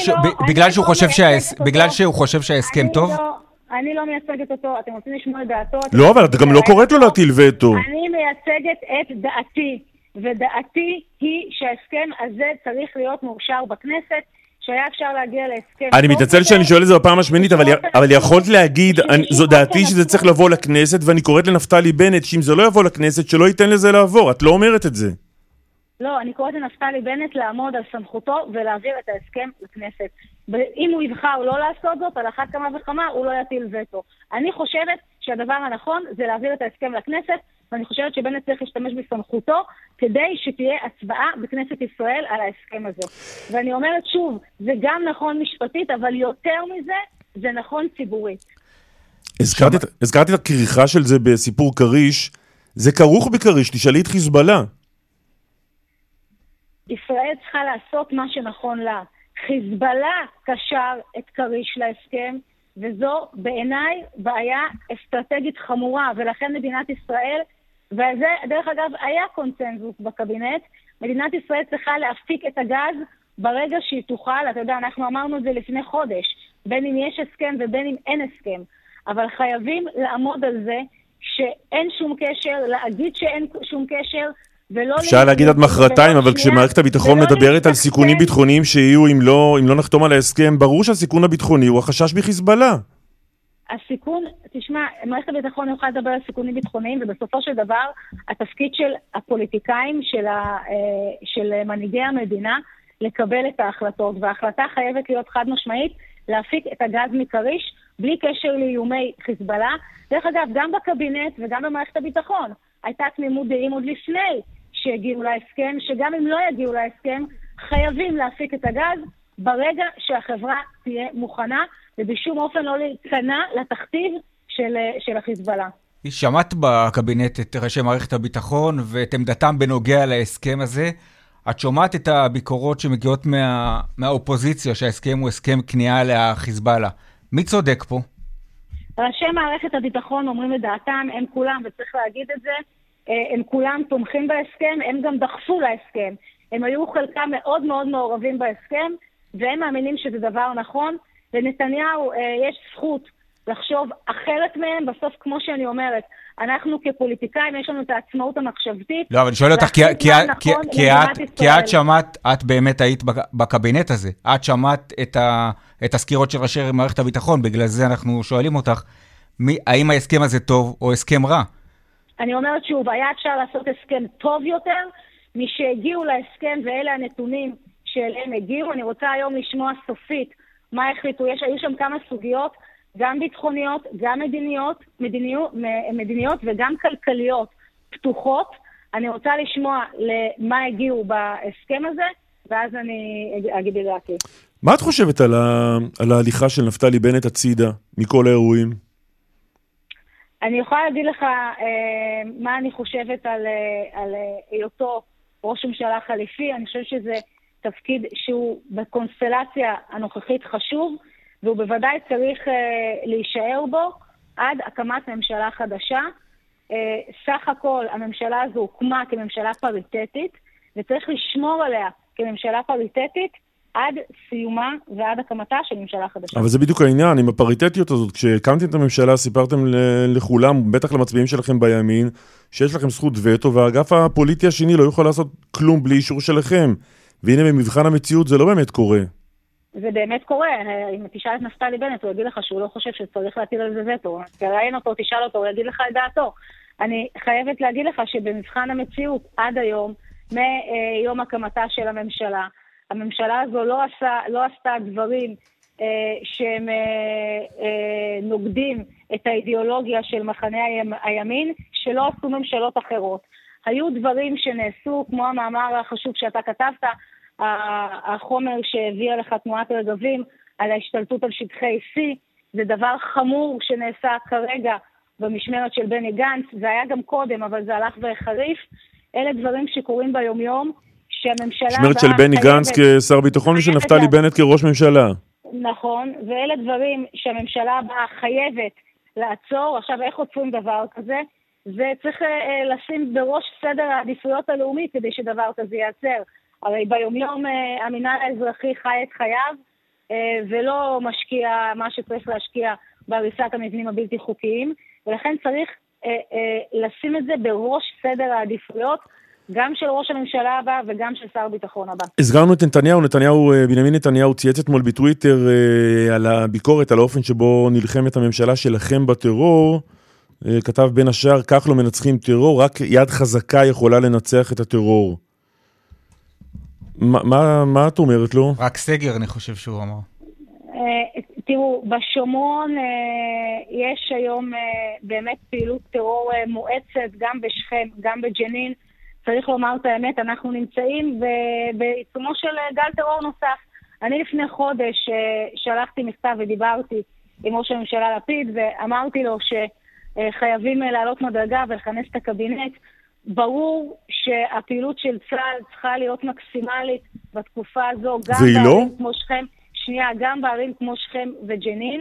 Speaker 2: בגלל שהוא חושב שההסכם טוב?
Speaker 6: אני לא מייצגת אותו, אתם רוצים לשמוע את דעתו?
Speaker 3: לא, אבל אתה גם לא קוראת לו להטיל וטו.
Speaker 6: אני מייצגת את דעתי, ודעתי היא שההסכם הזה צריך להיות מאושר בכנסת, שהיה אפשר להגיע להסכם.
Speaker 3: אני מתנצל שאני שואל את זה בפעם השמינית, אבל יכולת להגיד, זו דעתי שזה צריך לבוא לכנסת, ואני קוראת לנפתלי בנט, שאם זה לא יבוא לכנסת, שלא ייתן לזה לעבור. את לא אומרת את זה.
Speaker 6: לא, אני קוראת לנפתלי בנט לעמוד על סמכותו ולהעביר את ההסכם לכנסת. אם הוא יבחר לא לעשות זאת, על אחת כמה וכמה, הוא לא יטיל וטו. אני חושבת שהדבר הנכון זה להעביר את ההסכם לכנסת, ואני חושבת שבנט צריך להשתמש בסמכותו כדי שתהיה הצבעה בכנסת ישראל על ההסכם הזה. ואני אומרת שוב, זה גם נכון משפטית, אבל יותר מזה, זה נכון ציבורית.
Speaker 3: הזכרתי את הכריכה של זה בסיפור קריש. זה כרוך בקריש, תשאלי את חיזבאללה.
Speaker 6: ישראל צריכה לעשות מה שנכון לה. חיזבאללה קשר את קריש להסכם, וזו בעיניי בעיה אסטרטגית חמורה, ולכן מדינת ישראל, וזה דרך אגב היה קונצנזוס בקבינט, מדינת ישראל צריכה להפיק את הגז ברגע שהיא תוכל, אתה יודע, אנחנו אמרנו את זה לפני חודש, בין אם יש הסכם ובין אם אין הסכם, אבל חייבים לעמוד על זה שאין שום קשר, להגיד שאין שום קשר,
Speaker 3: אפשר להגיד עד מחרתיים, אבל כשמערכת הביטחון מדברת על סיכונים ביטחוניים שיהיו אם לא נחתום על ההסכם, ברור שהסיכון הביטחוני הוא החשש בחיזבאללה.
Speaker 6: הסיכון, תשמע, מערכת הביטחון יכולה לדבר על סיכונים ביטחוניים, ובסופו של דבר התפקיד של הפוליטיקאים, של מנהיגי המדינה, לקבל את ההחלטות, וההחלטה חייבת להיות חד משמעית, להפיק את הגז מקריש, בלי קשר לאיומי חיזבאללה. דרך אגב, גם בקבינט וגם במערכת הביטחון, הייתה תמימות דעים עוד לפני שהגיעו להסכם, שגם אם לא יגיעו להסכם, חייבים להפיק את הגז ברגע שהחברה תהיה מוכנה, ובשום אופן לא להיכנע לתכתיב של החיזבאללה.
Speaker 2: שמעת בקבינט את ראשי מערכת הביטחון ואת עמדתם בנוגע להסכם הזה. את שומעת את הביקורות שמגיעות מהאופוזיציה שההסכם הוא הסכם כניעה לחיזבאללה. מי צודק פה?
Speaker 6: ראשי מערכת הביטחון אומרים את דעתם, הם כולם, וצריך להגיד את זה, הם כולם תומכים בהסכם, הם גם דחפו להסכם. הם היו חלקם מאוד מאוד מעורבים בהסכם, והם מאמינים שזה דבר נכון. לנתניהו יש זכות לחשוב אחרת מהם, בסוף כמו שאני אומרת, אנחנו כפוליטיקאים יש לנו את העצמאות המחשבתית.
Speaker 2: לא, אבל אני שואל אותך, כי את שמעת, את באמת היית בקבינט הזה, את שמעת את הסקירות של ראשי מערכת הביטחון, בגלל זה אנחנו שואלים אותך, האם ההסכם הזה טוב או הסכם רע?
Speaker 6: אני אומרת שוב, היה אפשר לעשות הסכם טוב יותר, משהגיעו להסכם ואלה הנתונים שאליהם הגיעו. אני רוצה היום לשמוע סופית מה החליטו. היו שם כמה סוגיות, גם ביטחוניות, גם מדיניות וגם כלכליות פתוחות. אני רוצה לשמוע למה הגיעו בהסכם הזה, ואז אני אגיד את דעתי.
Speaker 3: מה את חושבת על ההליכה של נפתלי בנט הצידה מכל האירועים?
Speaker 6: אני יכולה להגיד לך מה אני חושבת על היותו ראש ממשלה חליפי. אני חושבת שזה תפקיד שהוא בקונסטלציה הנוכחית חשוב, והוא בוודאי צריך להישאר בו עד הקמת ממשלה חדשה. סך הכל הממשלה הזו הוקמה כממשלה פריטטית, וצריך לשמור עליה כממשלה פריטטית עד סיומה ועד הקמתה של ממשלה חדשה.
Speaker 3: אבל זה בדיוק העניין, עם הפריטטיות הזאת. כשהקמתם את הממשלה, סיפרתם לכולם, בטח למצביעים שלכם בימין, שיש לכם זכות וטו, והאגף הפוליטי השני לא יכול לעשות כלום בלי אישור שלכם. והנה במבחן המציאות זה לא באמת קורה.
Speaker 6: זה באמת קורה. אם תשאל את נפתלי בנט, הוא יגיד לך שהוא לא חושב שצריך להטיל על זה וטו. תראיין אותו, תשאל אותו, הוא יגיד לך את דעתו. אני חייבת להגיד לך שבמבחן המציאות עד היום, מיום הקמתה של הממשלה, הממשלה הזו לא עשתה דברים שהם נוגדים את האידיאולוגיה של מחנה הימין, שלא עשו ממשלות אחרות. היו דברים שנעשו, כמו המאמר החשוב שאתה כתבת, החומר שהביאה לך תנועת רגבים על ההשתלטות על שטחי C, זה דבר חמור שנעשה כרגע במשמרת של בני גנץ, זה היה גם קודם, אבל זה הלך וחריף. אלה דברים שקורים ביום-יום, שהממשלה... משמרת
Speaker 3: של בני גנץ כשר ביטחון ושל נפתלי בנט כראש ממשלה.
Speaker 6: נכון, ואלה דברים שהממשלה הבאה חייבת לעצור. עכשיו, איך עוצרים דבר כזה? זה צריך לשים בראש סדר העדיפויות הלאומי כדי שדבר כזה ייעצר. הרי ביום-יום המינהל האזרחי חי את חייו, ולא משקיע מה שצריך להשקיע בהריסת המבנים הבלתי חוקיים, ולכן צריך לשים את זה בראש סדר העדיפויות, גם של ראש הממשלה הבא וגם של שר ביטחון הבא. הזכרנו את
Speaker 3: בנימין נתניהו צייץ אתמול בטוויטר על הביקורת, על האופן שבו נלחמת הממשלה שלכם בטרור, כתב בין השאר, כך לא מנצחים טרור, רק יד חזקה יכולה לנצח את הטרור. מה את אומרת לו?
Speaker 2: רק סגר, אני חושב שהוא אמר.
Speaker 6: תראו, בשומרון יש היום באמת פעילות טרור מואצת, גם בשכם, גם בג'נין. צריך לומר את האמת, אנחנו נמצאים בעיצומו של גל טרור נוסף. אני לפני חודש שלחתי מכתב ודיברתי עם ראש הממשלה לפיד, ואמרתי לו שחייבים לעלות מדרגה ולכנס את הקבינט. ברור שהפעילות של צה"ל צריכה להיות מקסימלית בתקופה הזו, גם בערים כמו שכם, גם בערים כמו שכם וג'נין.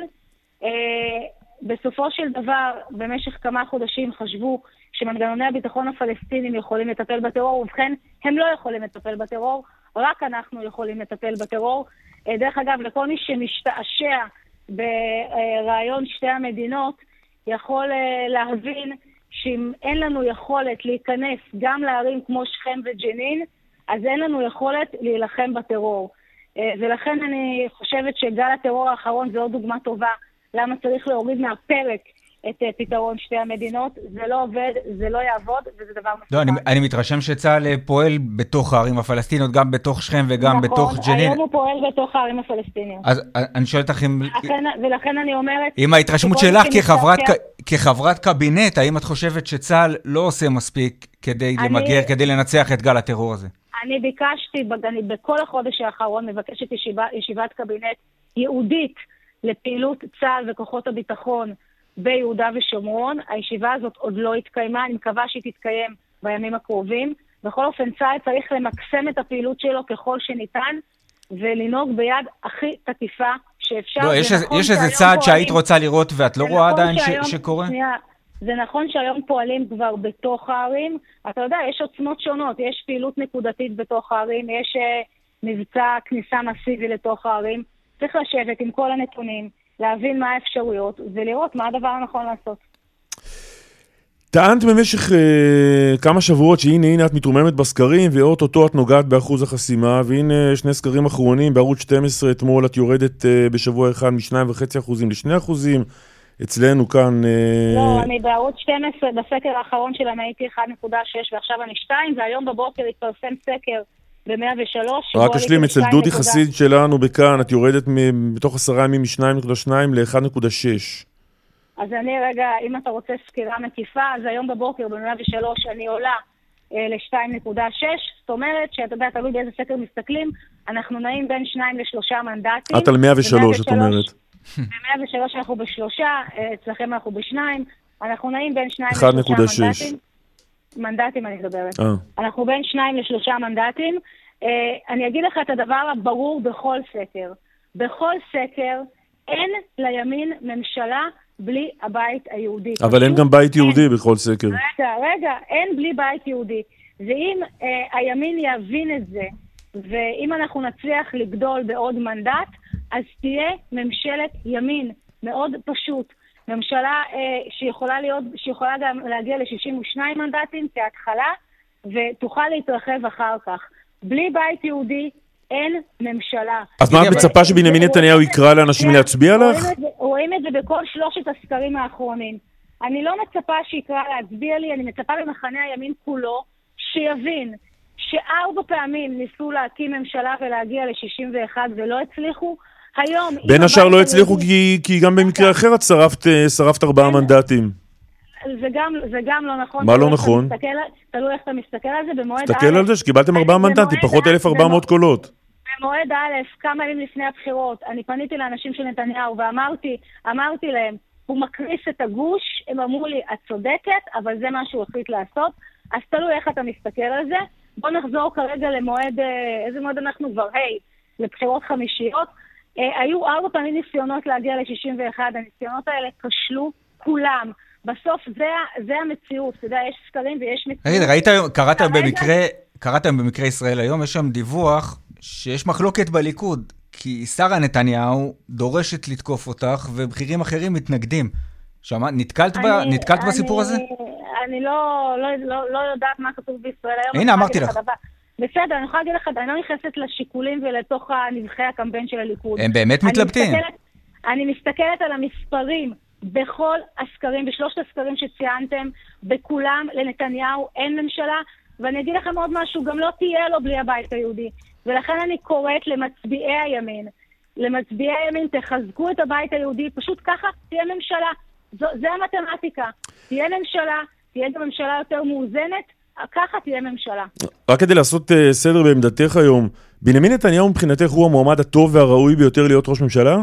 Speaker 6: בסופו של דבר, במשך כמה חודשים חשבו שמנגנוני הביטחון הפלסטינים יכולים לטפל בטרור, ובכן הם לא יכולים לטפל בטרור, רק אנחנו יכולים לטפל בטרור. דרך אגב, לכל מי שמשתעשע ברעיון שתי המדינות, יכול להבין שאם אין לנו יכולת להיכנס גם לערים כמו שכם וג'נין, אז אין לנו יכולת להילחם בטרור. ולכן אני חושבת שגל הטרור האחרון זה עוד דוגמה טובה, למה צריך להוריד מהפרק את פתרון שתי המדינות. זה לא עובד, זה לא יעבוד, וזה דבר מסוכן.
Speaker 2: לא, אני מתרשם שצה"ל פועל בתוך הערים הפלסטיניות, גם בתוך שכם וגם בתוך ג'נין.
Speaker 6: נכון, היום הוא פועל בתוך הערים הפלסטיניות.
Speaker 2: אז אני שואל אותך אם...
Speaker 6: ולכן אני אומרת...
Speaker 2: עם ההתרשמות שלך כחברת קבינט, האם את חושבת שצה"ל לא עושה מספיק כדי למגר, כדי לנצח את גל הטרור הזה?
Speaker 6: אני ביקשתי, בכל החודש האחרון, מבקשת ישיבת קבינט ייעודית לפעילות צה"ל וכוחות הביטחון ביהודה ושומרון. הישיבה הזאת עוד לא התקיימה, אני מקווה שהיא תתקיים בימים הקרובים. בכל אופן, צה"ל צריך למקסם את הפעילות שלו ככל שניתן, ולנהוג ביד הכי תקיפה שאפשר.
Speaker 2: לא, יש איזה צעד שהיית רוצה לראות ואת לא רואה עדיין שקורה?
Speaker 6: זה נכון שהיום פועלים כבר בתוך הערים. אתה יודע, יש עוצמות שונות, יש פעילות נקודתית בתוך הערים, יש מבצע כניסה מסיבי לתוך הערים. צריך לשבת עם כל הנתונים, להבין מה האפשרויות, ולראות מה הדבר הנכון לעשות.
Speaker 3: טענת במשך כמה שבועות שהנה את מתרוממת בסקרים, ואו-טו-טו את נוגעת באחוז החסימה, והנה שני סקרים אחרונים, בערוץ 12 אתמול את יורדת בשבוע אחד מ2.5% ל2%, אצלנו כאן...
Speaker 6: לא, אני בערוץ 12, בסקר האחרון שלהם הייתי 1.6 ועכשיו אני 2, והיום בבוקר התפרסם סקר ב-103.
Speaker 3: רק אשלים, אצל דודי חסיד שלנו בכאן, את יורדת בתוך 10 ימים מ2.2 ל1.6.
Speaker 6: אז אני רגע, אם אתה רוצה סקירה מקיפה, אז היום בבוקר ב-103 אני עולה ל-2.6, זאת אומרת שאתה יודע, תלוי באיזה סקר מסתכלים, אנחנו נעים בין 2 ל-3 מנדטים.
Speaker 3: את על 103, את אומרת.
Speaker 6: ב-103 אנחנו ב3, אצלכם אנחנו ב2, אנחנו נעים בין 2 ל-3 מנדטים. מנדטים אני מדברת. אנחנו בין 2 ל-3 מנדטים. אני אגיד לך את הדבר הברור בכל סקר. בכל סקר אין לימין ממשלה בלי הבית היהודי.
Speaker 3: אבל אין גם בית יהודי בכל סקר.
Speaker 6: רגע, אין בלי בית יהודי. ואם הימין יבין את זה, ואם אנחנו נצליח לגדול בעוד מנדט, אז תהיה ממשלת ימין. מאוד פשוט. ממשלה שיכולה גם להגיע ל-62 מנדטים כהתחלה, ותוכל להתרחב אחר כך. בלי בית יהודי אין ממשלה.
Speaker 3: אז מה את מצפה שבנימין נתניהו יקרא לאנשים להצביע לך?
Speaker 6: רואים את זה בכל 3 הסקרים האחרונים. אני לא מצפה שיקרא להצביע לי, אני מצפה במחנה הימין כולו, שיבין ש4 פעמים ניסו להקים ממשלה ולהגיע ל-61 ולא הצליחו. היום...
Speaker 3: בין השאר לא הצליחו כי גם במקרה אחר את שרפת 4 מנדטים.
Speaker 6: זה גם לא נכון.
Speaker 3: מה לא נכון?
Speaker 6: תלוי איך אתה מסתכל על זה. במועד
Speaker 3: תסתכל על זה שקיבלתם 4 מנדטים, פחות 1,400 קולות.
Speaker 6: במועד א', כמה ימים לפני הבחירות, אני פניתי לאנשים של נתניהו ואמרתי להם, הוא מקריס את הגוש, הם אמרו לי, את צודקת, אבל זה מה שהוא החליט לעשות, אז תלוי איך אתה מסתכל על זה. בוא נחזור כרגע למועד, איזה מועד אנחנו כבר, לבחירות חמישיות. היו 4 פעמים ניסיונות להגיע ל-61, הניסיונות האלה כשלו כולם. בסוף זה המציאות, אתה יודע, יש סקרים ויש מציאות.
Speaker 2: קראתם במקרה ישראל היום, יש שם דיווח שיש מחלוקת בליכוד, כי שרה נתניהו דורשת לתקוף אותך, ובכירים אחרים מתנגדים. נתקלת בסיפור הזה?
Speaker 6: אני לא יודעת מה כתוב בישראל היום.
Speaker 2: הנה, אמרתי לך.
Speaker 6: בסדר, אני יכולה להגיד לך, אני לא נכנסת לשיקולים ולתוך נבחי הקמפיין של הליכוד.
Speaker 2: הם באמת מתלבטים.
Speaker 6: אני מסתכלת על המספרים בכל הסקרים, ב3 הסקרים שציינתם, בכולם לנתניהו אין ממשלה, ואני אגיד לכם עוד משהו, גם לא תהיה לו בלי הבית היהודי. ולכן אני קוראת למצביעי הימין, תחזקו את הבית היהודי, פשוט ככה תהיה ממשלה. זה המתמטיקה. תהיה ממשלה, תהיה גם ממשלה יותר מאוזנת, ככה תהיה ממשלה.
Speaker 3: רק כדי לעשות סדר בעמדתך היום, בנימין נתניהו מבחינתך הוא המועמד הטוב והראוי ביותר להיות ראש ממשלה?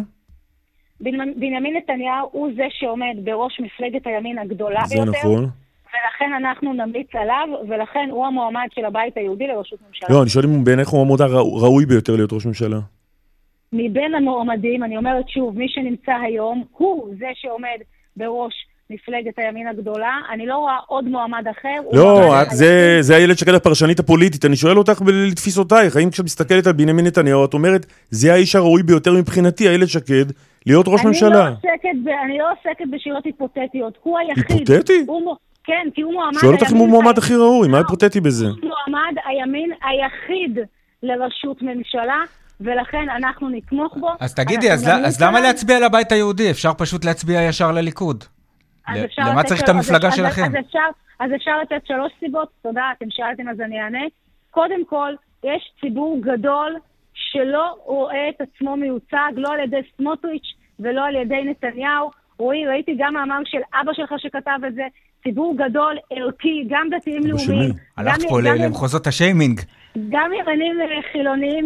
Speaker 6: בנימין נתניהו הוא זה שעומד בראש מפלגת הימין הגדולה ביותר.
Speaker 3: זה נכון.
Speaker 6: ולכן אנחנו נמליץ עליו, ולכן הוא המועמד של הבית היהודי לראשות ממשלה.
Speaker 3: לא, אני שואל אם בעיניך הוא המועמד הראוי ביותר להיות ראש ממשלה.
Speaker 6: מבין המועמדים, אני אומרת שוב, מי שנמצא היום, הוא זה שעומד בראש מפלגת הימין הגדולה. אני לא רואה עוד מועמד אחר.
Speaker 3: לא, זה הילד שקד הפרשנית הפוליטית. אני שואל אותך לתפיסותייך, האם כשאת מסתכלת על בנימין נתניהו, את אומרת, זה האיש הראוי ביותר מבחינתי, הילד שקד, להיות ראש ממשלה.
Speaker 6: אני לא עוסקת בשאלות היפותטיות. הוא היחיד.
Speaker 3: היפותטי?
Speaker 6: כן, כי הוא מועמד...
Speaker 3: שואל אותך אם הוא מועמד הכי ראוי, מה היפותטי בזה?
Speaker 6: הוא מועמד הימין היחיד לראשות ממשלה, ולכן אנחנו נתמוך בו.
Speaker 2: אז תגידי, אז למה להצביע לבית היהודי? אפשר פשוט להצביע ישר לליכוד. למה צריך את המפלגה שלכם?
Speaker 6: אז אפשר לתת 3 סיבות. תודה, אתם שאלתם אז אני אענה. קודם כל, יש ציבור גדול שלא רואה את עצמו מיוצג, לא על ידי סמוטריץ' ולא על ידי נתניהו. ראיתי גם מאמר של אבא שלך שכתב את זה, ציבור גדול, ערכי, גם דתיים לאומיים.
Speaker 2: הלכת פה למחוזות השיימינג.
Speaker 6: גם ימנים חילוניים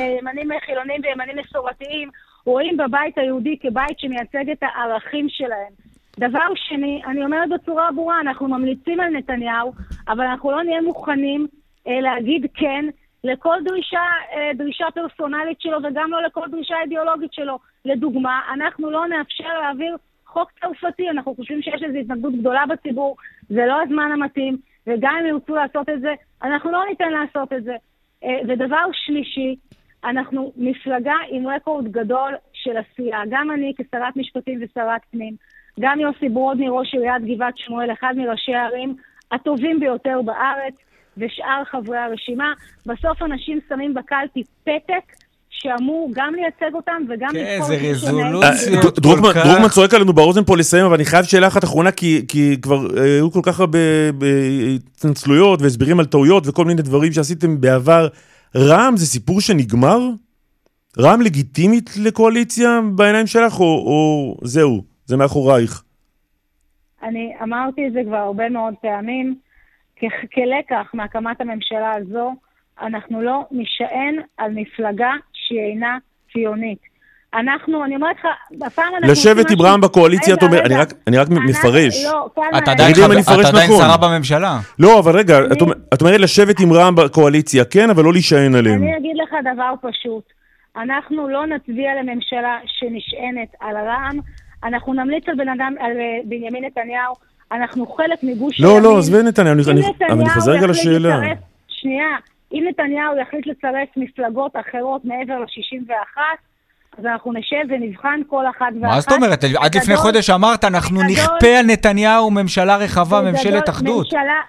Speaker 6: וימנים מסורתיים, רואים בבית היהודי כבית שמייצג את הערכים שלהם. דבר שני, אני אומרת בצורה ברורה, אנחנו ממליצים על נתניהו, אבל אנחנו לא נהיה מוכנים להגיד כן לכל דרישה פרסונלית שלו, וגם לא לכל דרישה אידיאולוגית שלו. לדוגמה, אנחנו לא נאפשר להעביר חוק צרפתי, אנחנו חושבים שיש איזו התנגדות גדולה בציבור, זה לא הזמן המתאים, וגם אם ירצו לעשות את זה, אנחנו לא ניתן לעשות את זה. ודבר שלישי, אנחנו מפלגה עם רקורד גדול של עשייה, גם אני כשרת משפטים ושרת פנים, גם יוסי ברודני, ראש עיריית גבעת שמואל, אחד מראשי הערים הטובים ביותר בארץ, ושאר חברי הרשימה, בסוף אנשים שמים בקלפי פתק, שאמור גם לייצג אותם וגם
Speaker 2: איזה רזולוציות.
Speaker 3: דרוקמן צועק עלינו באוזן פה לסיים, אבל אני חייב שאלה אחת אחרונה, כי כבר היו כל כך הרבה התנצלויות והסברים על טעויות וכל מיני דברים שעשיתם בעבר. רע"מ זה סיפור שנגמר? רע"מ לגיטימית לקואליציה בעיניים שלך, או זהו, זה מאחורייך?
Speaker 6: אני אמרתי את זה כבר הרבה מאוד פעמים. כלקח מהקמת הממשלה הזו, אנחנו לא נשען על מפלגה שהיא אינה ציונית. אני אומרת לך, בפעם אנחנו...
Speaker 3: לשבת עם רע"מ בקואליציה, אני רק מפרש.
Speaker 2: אתה עדיין שרה בממשלה.
Speaker 3: לא, אבל רגע, את אומרת לשבת עם רע"מ בקואליציה, כן, אבל לא להישען עליהם.
Speaker 6: אני אגיד לך דבר פשוט. אנחנו לא נצביע לממשלה שנשענת על רע"מ, אנחנו נמליץ על בנימין נתניהו, אנחנו חלק מגוש הימין.
Speaker 3: לא, עזבי נתניהו, אני חוזר רגע לשאלה.
Speaker 6: שנייה, אם נתניהו יחליט לצרף מפלגות אחרות מעבר ל-61, אז אנחנו נשב ונבחן כל אחת ואחת.
Speaker 2: מה זאת אומרת? עד לפני חודש אמרת, אנחנו נכפה על נתניהו ממשלה רחבה, ממשלת אחדות.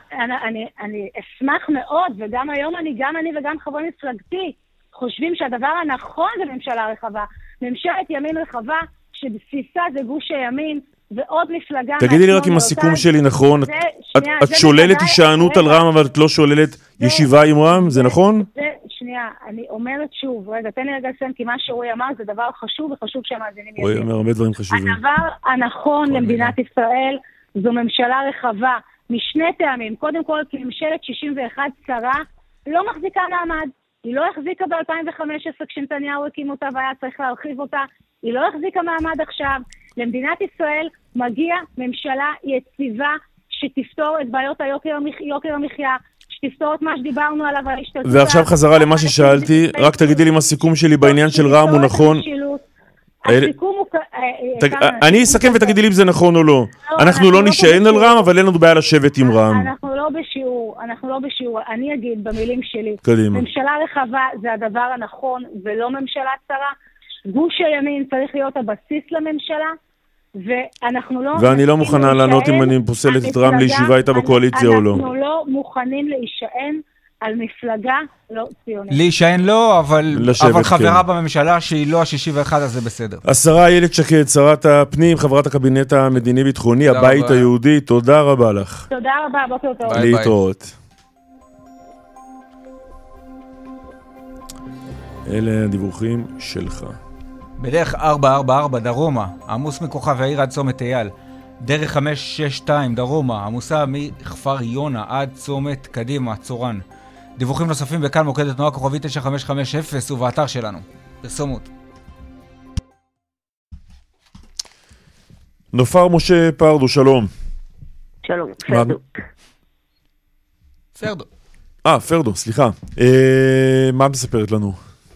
Speaker 6: אני אשמח מאוד, וגם היום גם אני וגם חברי מפלגתי חושבים שהדבר הנכון זה ממשלה רחבה. ממשלת ימין רחבה, שבסיסה זה גוש הימין, ועוד מפלגה...
Speaker 3: תגידי לי רק אם הסיכום שלי נכון, את שוללת הישענות על רע"מ, אבל את לא שוללת ישיבה עם רע"מ, זה נכון?
Speaker 6: שנייה, אני אומרת שוב, רגע, תן לי רגע לסיים, כי מה שרועי אמר זה דבר חשוב, וחשוב שהמאזינים יבינו.
Speaker 3: רועי אומר הרבה דברים חשובים.
Speaker 6: הדבר הנכון למדינת ישראל זו ממשלה רחבה, משני טעמים. קודם כל, כי ממשלת 61 צרה לא מחזיקה מעמד. היא לא החזיקה ב-2015 כשנתניהו הקים אותה והיה צריך להרחיב אותה. היא לא החזיקה מעמד עכשיו. למדינת ישראל מגיע ממשלה יציבה שתפתור את בעיות יוקר המחיה, שתפתור את מה שדיברנו עליו על השתתפות.
Speaker 3: ועכשיו חזרה למה ששאלתי, רק תגידי לי אם הסיכום שלי בעניין של רע"מ הוא נכון.
Speaker 6: הסיכום הוא...
Speaker 3: אני אסכם ותגידי לי אם זה נכון או לא. אנחנו לא נשען על רע"מ, אבל אין לנו בעיה לשבת עם רע"מ.
Speaker 6: אנחנו לא בשיעור. אני אגיד במילים שלי.
Speaker 3: קדימה.
Speaker 6: ממשלה רחבה זה הדבר הנכון ולא ממשלה צרה. גוש הימין צריך להיות הבסיס לממשלה. ואנחנו לא...
Speaker 3: ואני לא מוכנה לענות אם אני פוסלת את רע"מ לישיבה איתה בקואליציה או לא.
Speaker 6: אנחנו לא מוכנים להישען על מפלגה לא ציונית.
Speaker 2: להישען לא, אבל חברה בממשלה שהיא לא ה-61, אז זה בסדר.
Speaker 3: השרה איילת שקד, שרת הפנים, חברת הקבינט המדיני-ביטחוני, הבית היהודי, תודה רבה לך.
Speaker 6: תודה רבה, בוקר טוב.
Speaker 3: להתראות. אלה הדיווחים שלך.
Speaker 2: בדרך 444 דרומה, עמוס מכוכב העיר עד צומת אייל. דרך 562 דרומה, עמוסה מכפר יונה עד צומת קדימה, צורן. דיווחים נוספים בכאן מוקד התנועה כוכבי 9550 ובאתר שלנו. פרסומות.
Speaker 3: נופר משה פרדו, שלום.
Speaker 7: שלום, פרדו.
Speaker 3: פרדו, סליחה. מה מספרת לנו?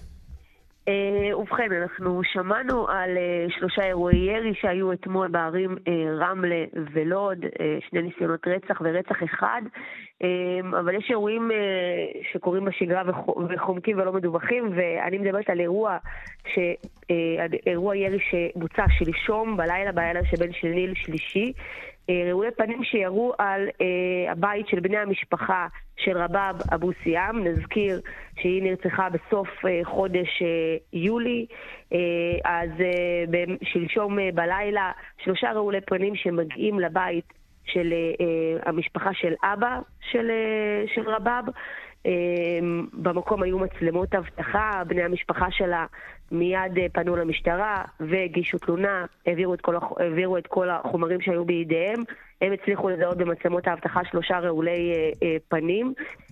Speaker 7: ובכן, אנחנו שמענו על 3 אירועי ירי שהיו אתמול בערים רמלה ולוד, 2 ניסיונות רצח ורצח אחד, אבל יש אירועים שקורים בשגרה וחומקים ולא מדווחים, ואני מדברת על אירוע ירי שבוצע שלשום בלילה שבין שני לשלישי, אירועי פנים שירו על הבית של בני המשפחה של רבאב אבו סיאם. נזכיר שהיא נרצחה בסוף חודש יולי, אז שלשום בלילה 3 רעולי פנים שמגיעים לבית של המשפחה של אבא של רבאב. במקום היו מצלמות אבטחה, בני המשפחה שלה מיד פנו למשטרה והגישו תלונה, העבירו את כל החומרים שהיו בידיהם. הם הצליחו לזהות במצלמות האבטחה 3 רעולי פנים,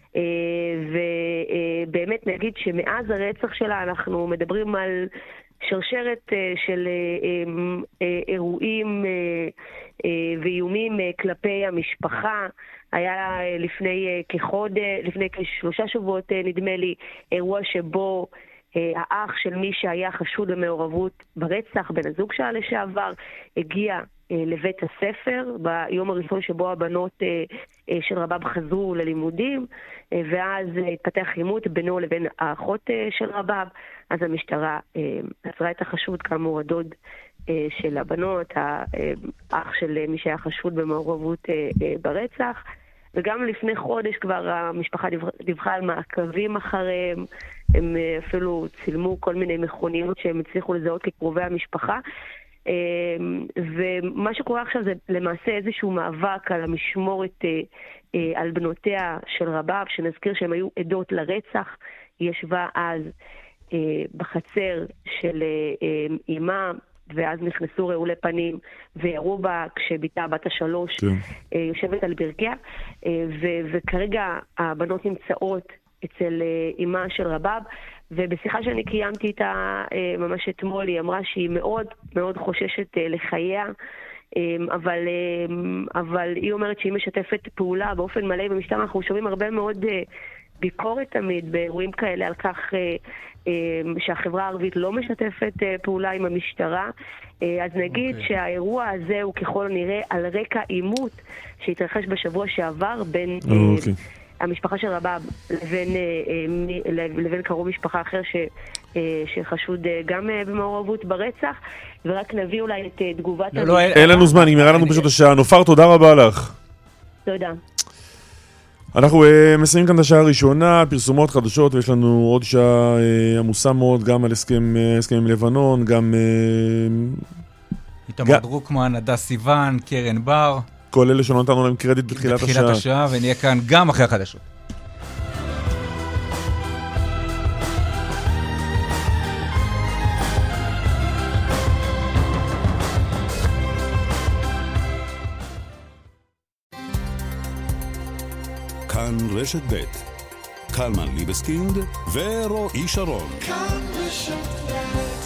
Speaker 7: ובאמת נגיד שמאז הרצח שלה אנחנו מדברים על שרשרת של אירועים ואיומים כלפי המשפחה. היה לפני כ3 שבועות נדמה לי, אירוע שבו האח של מי שהיה חשוד במעורבות ברצח, בן הזוג שלה לשעבר, הגיע לבית הספר ביום הראשון שבו הבנות של רבאב חזרו ללימודים, ואז התפתח עימות בינו לבין האחות של רבאב. אז המשטרה עצרה את החשוד, כאמור הדוד של הבנות, האח של מי שהיה חשוד במעורבות ברצח. וגם לפני חודש כבר המשפחה דיווחה על מעקבים אחריהם, הם אפילו צילמו כל מיני מכוניות שהם הצליחו לזהות כקרובי המשפחה, ומה שקורה עכשיו זה למעשה איזשהו מאבק על המשמורת על בנותיה של רבאב, שנזכיר שהם היו עדות לרצח. היא ישבה אז בחצר של אימה ואז נכנסו רעולי פנים וירו בה כשביתה בת השלוש יושבת על ברכיה, וכרגע הבנות נמצאות אצל אימה של רבב, ובשיחה שאני קיימתי איתה ממש אתמול, היא אמרה שהיא מאוד מאוד חוששת לחייה, אבל היא אומרת שהיא משתפת פעולה באופן מלא במשטרה. אנחנו שומעים הרבה מאוד ביקורת תמיד באירועים כאלה על כך שהחברה הערבית לא משתפת פעולה עם המשטרה. אז נגיד שהאירוע הזה הוא ככל הנראה על רקע עימות שהתרחש בשבוע שעבר בין המשפחה של רבב לבין קרוב משפחה אחר שחשוד גם במעורבות ברצח. ורק נביא אולי את תגובת...
Speaker 3: אין לנו זמן, נגמרה לנו פשוט השעה. נופר, תודה רבה לך.
Speaker 7: תודה.
Speaker 3: אנחנו מסיימים כאן את השעה הראשונה, פרסומות חדשות, ויש לנו עוד שעה עמוסה מאוד, גם על הסכם עם לבנון, גם...
Speaker 2: איתמר דרוקמן, הדס סיוון, קרן בר.
Speaker 3: כל אלה שלא נתנו להם קרדיט בתחילת השעה.
Speaker 2: ונהיה כאן גם אחרי החדשות.
Speaker 1: כאן רשת ב' קלמן ליבסקינד ורועי שרון. כאן רשת ב'.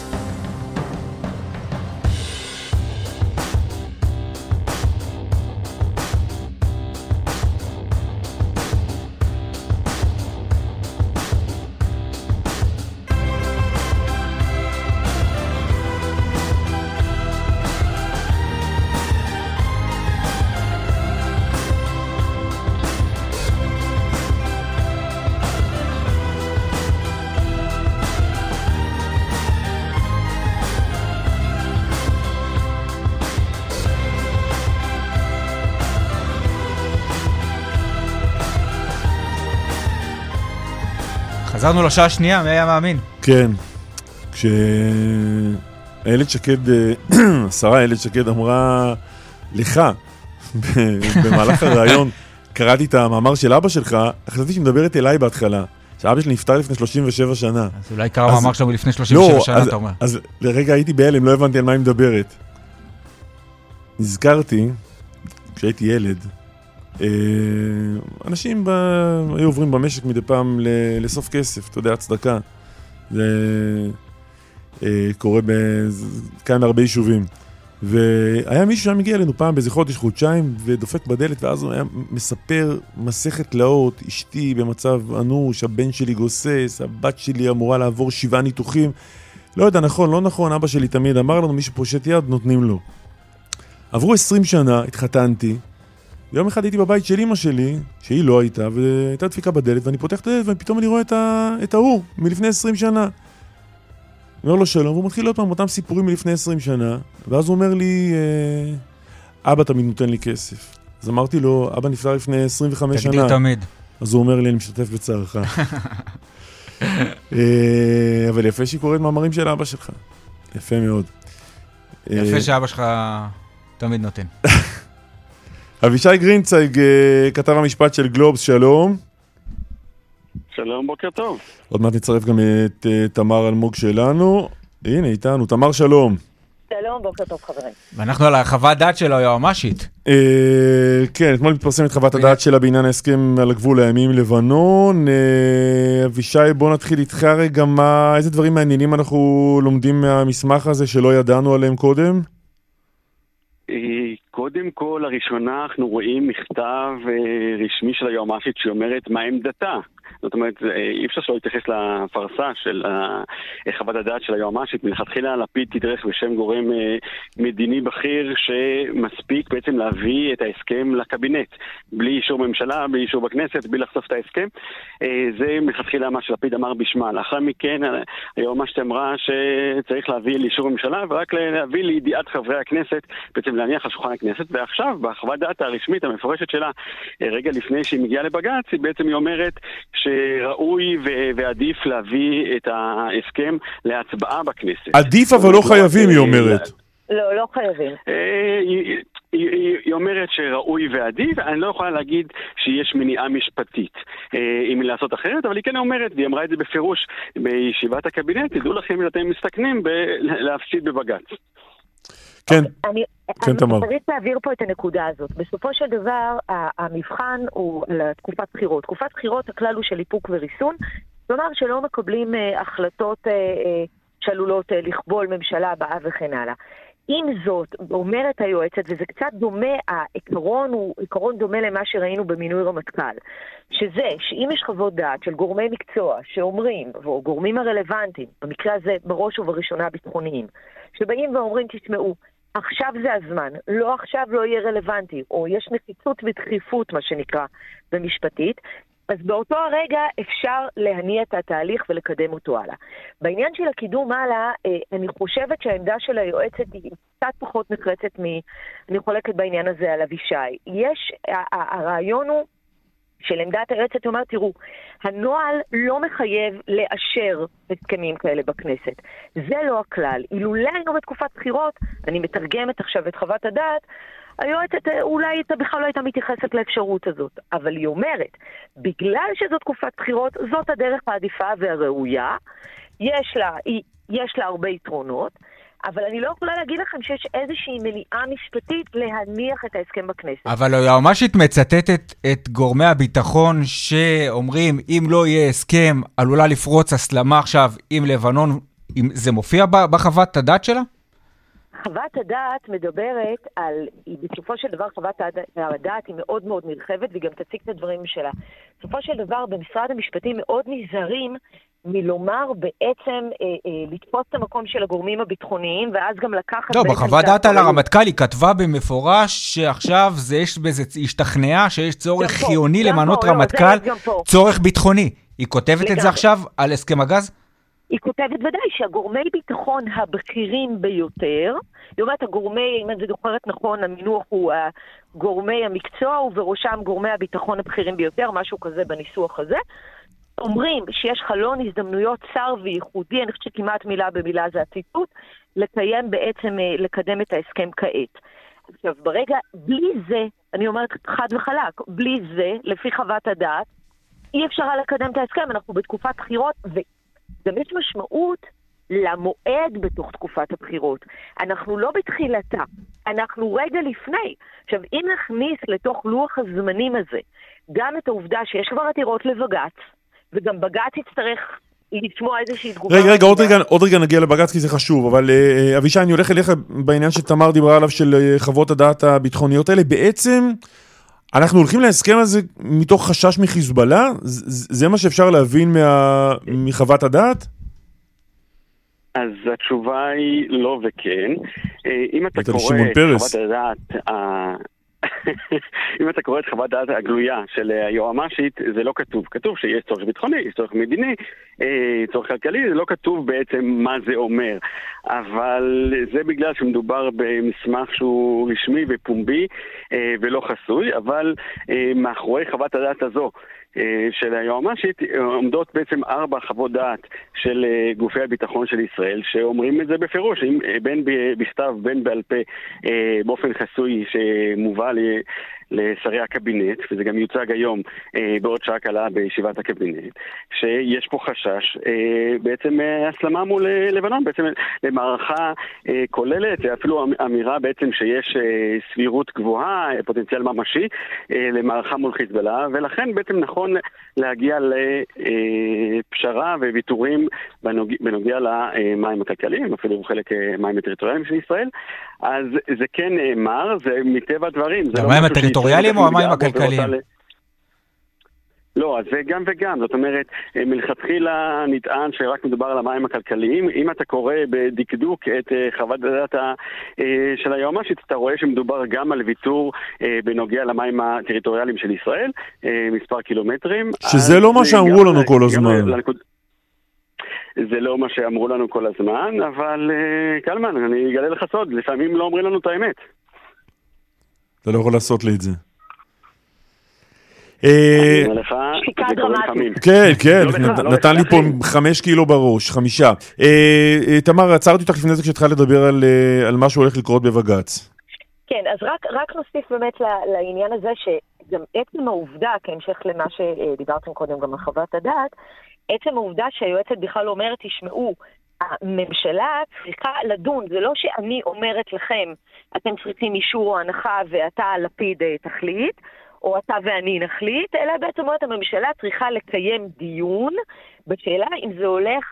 Speaker 2: חזרנו לשעה השנייה, מי היה מאמין?
Speaker 3: כן, כשאיילת שקד, השרה איילת שקד אמרה לך, במהלך הרעיון, קראתי את המאמר של אבא שלך, חשבתי שמדברת אליי בהתחלה, שאבא שלי נפטר לפני 37 שנה.
Speaker 2: אז אולי קרא מאמר שלו לפני 37 שנה, אתה אומר.
Speaker 3: אז לרגע הייתי בהלם, לא הבנתי על מה היא מדברת. נזכרתי, כשהייתי ילד, אנשים היו עוברים במשק מדי פעם לסוף כסף, אתה יודע, הצדקה. זה קורה כאן בהרבה יישובים. והיה מישהו שם מגיע אלינו פעם באיזה חודש, חודשיים, ודופק בדלת, ואז הוא היה מספר מסכת תלאות, אשתי במצב אנוש, הבן שלי גוסס, הבת שלי אמורה לעבור 7 ניתוחים. לא יודע, נכון, לא נכון, אבא שלי תמיד אמר לנו, מי שפושט יד נותנים לו. עברו 20 שנה, התחתנתי, ויום אחד הייתי בבית של אמא שלי, שהיא לא הייתה, והייתה דפיקה בדלת, ואני פותח את הדלת, ופתאום אני רואה את ההוא, מלפני 20 שנה. אני אומר לו שלום, והוא מתחיל עוד פעם אותם סיפורים מלפני 20 שנה, ואז הוא אומר לי, אבא תמיד נותן לי כסף. אז אמרתי לו, אבא נפטר לפני 25 שנה.
Speaker 2: תגדיר תמיד.
Speaker 3: אז הוא אומר לי, אני משתתף בצערך. אבל יפה שהיא קוראת מאמרים של אבא שלך. יפה מאוד.
Speaker 2: יפה שאבא שלך תמיד נותן.
Speaker 3: אבישי גרינצייג, כתב המשפט של גלובס, שלום.
Speaker 8: שלום, בוקר טוב.
Speaker 3: עוד מעט נצרף גם את תמר אלמוג שלנו. הנה, איתנו, תמר שלום.
Speaker 9: שלום, בוקר טוב חברים.
Speaker 2: ואנחנו על החוות דעת של היועמ"שית.
Speaker 3: כן, אתמול מתפרסמת חוות הדעת שלה בעניין ההסכם על הגבול הימי עם לבנון. אבישי, בוא נתחיל איתך רגע, איזה דברים מעניינים אנחנו לומדים מהמסמך הזה שלא ידענו עליהם קודם?
Speaker 8: קודם כל, לראשונה אנחנו רואים מכתב רשמי של היועמ"שית שאומרת מה עמדתה. זאת אומרת, אי אפשר שלא להתייחס לפרסה של חוות הדעת של היועמ"שית. מלכתחילה לפיד תדרך בשם גורם מדיני בכיר שמספיק בעצם להביא את ההסכם לקבינט. בלי אישור ממשלה, בלי אישור בכנסת, בלי לחשוף את ההסכם. זה מלכתחילה מה שלפיד אמר בשמה. לאחר מכן היועמ"שית אמרה שצריך להביא לאישור ממשלה ורק להביא לידיעת חברי הכנסת, בעצם להניח על שולחן הכנסת. ועכשיו, בחוות דעת הרשמית המפורשת שלה, רגע לפני שהיא מגיעה לבג"ץ, היא אומרת שראוי ועדיף להביא את ההסכם להצבעה בכנסת.
Speaker 3: עדיף אבל לא חייבים, היא אומרת.
Speaker 9: לא חייבים.
Speaker 8: היא אומרת שראוי ועדיף, אני לא יכולה להגיד שיש מניעה משפטית אם לעשות אחרת, אבל היא כן אומרת, והיא אמרה את זה בפירוש בישיבת הקבינט, תדעו לכם שאתם מסתכנים להפסיד בבג"ץ.
Speaker 3: כן, כן תמר.
Speaker 9: אני צריך להעביר פה את הנקודה הזאת. בסופו של דבר, המבחן הוא לתקופת בחירות. תקופת בחירות, הכלל הוא של איפוק וריסון, כלומר שלא מקבלים החלטות שעלולות לכבול ממשלה הבאה וכן הלאה. עם זאת, אומרת היועצת, וזה קצת דומה, העיקרון הוא עיקרון דומה למה שראינו במינוי רמטכ"ל, שזה שאם יש חוות דעת של גורמי מקצוע שאומרים, או גורמים הרלוונטיים, במקרה הזה בראש ובראשונה ביטחוניים, שבאים ואומרים, תשמעו, עכשיו זה הזמן, לא עכשיו לא יהיה רלוונטי, או יש נחיצות ודחיפות, מה שנקרא, במשפטית, אז באותו הרגע אפשר להניע את התהליך ולקדם אותו הלאה. בעניין של הקידום הלאה, אני חושבת שהעמדה של היועצת היא קצת פחות נחרצת אני חולקת בעניין הזה על אבישי. הרעיון הוא של עמדת היועצת, הוא אומר, תראו, הנוהל לא מחייב לאשר הסכמים כאלה בכנסת. זה לא הכלל. אילולא היינו בתקופת בחירות, אני מתרגמת עכשיו את חוות הדעת, היועצת אולי בכלל לא הייתה מתייחסת לאפשרות הזאת, אבל היא אומרת, בגלל שזו תקופת בחירות, זאת הדרך העדיפה והראויה, יש לה הרבה יתרונות, אבל אני לא יכולה להגיד לכם שיש איזושהי מניעה משפטית להניח את ההסכם בכנסת.
Speaker 2: אבל היועמ"שית מצטטת את גורמי הביטחון שאומרים, אם לא יהיה הסכם, עלולה לפרוץ הסלמה עכשיו עם לבנון, זה מופיע בחוות הדעת שלה?
Speaker 9: חוות הדעת מדברת בסופו של דבר חוות הדעת היא מאוד מאוד נרחבת, והיא גם תציג את הדברים שלה. בסופו של דבר במשרד המשפטים מאוד נזהרים מלומר בעצם לתפוס את המקום של הגורמים הביטחוניים, ואז גם לקחת...
Speaker 2: לא, בחוות דעת על הרמטכ"ל היא כתבה במפורש שעכשיו יש בזה השתכנעה שיש צורך חיוני למנות רמטכ"ל, צורך ביטחוני. היא כותבת את זה עכשיו על הסכם הגז?
Speaker 9: היא כותבת ודאי שהגורמי ביטחון הבכירים ביותר, היא אומרת הגורמי, אם אני זוכרת נכון, המינוח הוא גורמי המקצוע, ובראשם גורמי הביטחון הבכירים ביותר, משהו כזה בניסוח הזה, אומרים שיש חלון הזדמנויות צר וייחודי, אני חושבת שכמעט מילה במילה זה הציטוט, לקדם את ההסכם כעת. עכשיו, ברגע, בלי זה, אני אומרת חד וחלק, בלי זה, לפי חוות הדעת, אי אפשר לקדם את ההסכם, אנחנו בתקופת בחירות, גם יש משמעות למועד בתוך תקופת הבחירות. אנחנו לא בתחילתה, אנחנו רגע לפני. עכשיו, אם נכניס לתוך לוח הזמנים הזה, גם את העובדה שיש כבר עתירות לבג"ץ, וגם בג"ץ יצטרך לשמוע איזושהי תגובה.
Speaker 3: רגע, עוד רגע נגיע לבג"ץ כי זה חשוב, אבל אבישי, אני הולך אליך בעניין שתמר דיברה עליו של חוות הדעת הביטחוניות האלה. בעצם אנחנו הולכים להסכם הזה מתוך חשש מחיזבאללה? זה מה שאפשר להבין מחוות הדעת?
Speaker 8: אז התשובה היא לא וכן. אם אתה קורא את חוות הדעת אם אתה קורא את חוות דעת הגלויה של היועמ"שית, זה לא כתוב. כתוב שיש צורך ביטחוני, יש צורך מדיני, צורך כלכלי, זה לא כתוב בעצם מה זה אומר. אבל זה בגלל שמדובר במסמך שהוא רשמי ופומבי ולא חסוי, אבל מאחורי חוות הדעת הזו של היועמ"שית עומדות בעצם 4 חוות דעת של גופי הביטחון של ישראל שאומרים את זה בפירוש, בין בכתב בין בעל פה באופן חסוי שמובא לשרי הקבינט, וזה גם יוצג היום בעוד שעה קלה בישיבת הקבינט, שיש פה חשש בעצם הסלמה מול לבנון, בעצם למערכה כוללת, אפילו אמירה בעצם שיש סבירות גבוהה, פוטנציאל ממשי למערכה מול חיזבאללה, ולכן בעצם נכון להגיע לפשרה וויתורים בנוגע למים הכלכליים, אפילו חלק מים הטריטוריאליים של ישראל. אז זה כן נאמר, זה מטבע הדברים.
Speaker 2: המים הטריטוריאליים או המים הכלכליים?
Speaker 8: לא, אז זה גם וגם. זאת אומרת, מלכתחילה נטען שרק מדובר על המים הכלכליים. אם אתה קורא בדקדוק את חוות הדעת של היועמ"שית, אתה רואה שמדובר גם על ויתור בנוגע למים הטריטוריאליים של ישראל, מספר קילומטרים.
Speaker 3: שזה לא מה שאמרו לנו כל הזמן.
Speaker 8: זה לא מה שאמרו לנו כל הזמן, אבל קלמן, אני אגלה לך סוד, לפעמים לא אומרים לנו את האמת.
Speaker 3: אתה לא יכול לעשות לי את זה.
Speaker 9: שתיקה דרמטית.
Speaker 3: כן, נתן לי פה 5 קילו בראש, 5. תמר, עצרתי אותך לפני זה כשהתחלת לדבר על מה שהולך לקרות בבג"ץ.
Speaker 9: כן, אז רק נוסיף באמת לעניין הזה שגם עצם העובדה, כהמשך למה שדיברתם קודם גם על חוות הדעת, עצם העובדה שהיועצת בכלל אומרת, תשמעו, הממשלה צריכה לדון, זה לא שאני אומרת לכם, אתם צריכים אישור או הנחה ואתה לפיד תחליט, או אתה ואני נחליט, אלא בעצם אומרת הממשלה צריכה לקיים דיון בשאלה אם זה הולך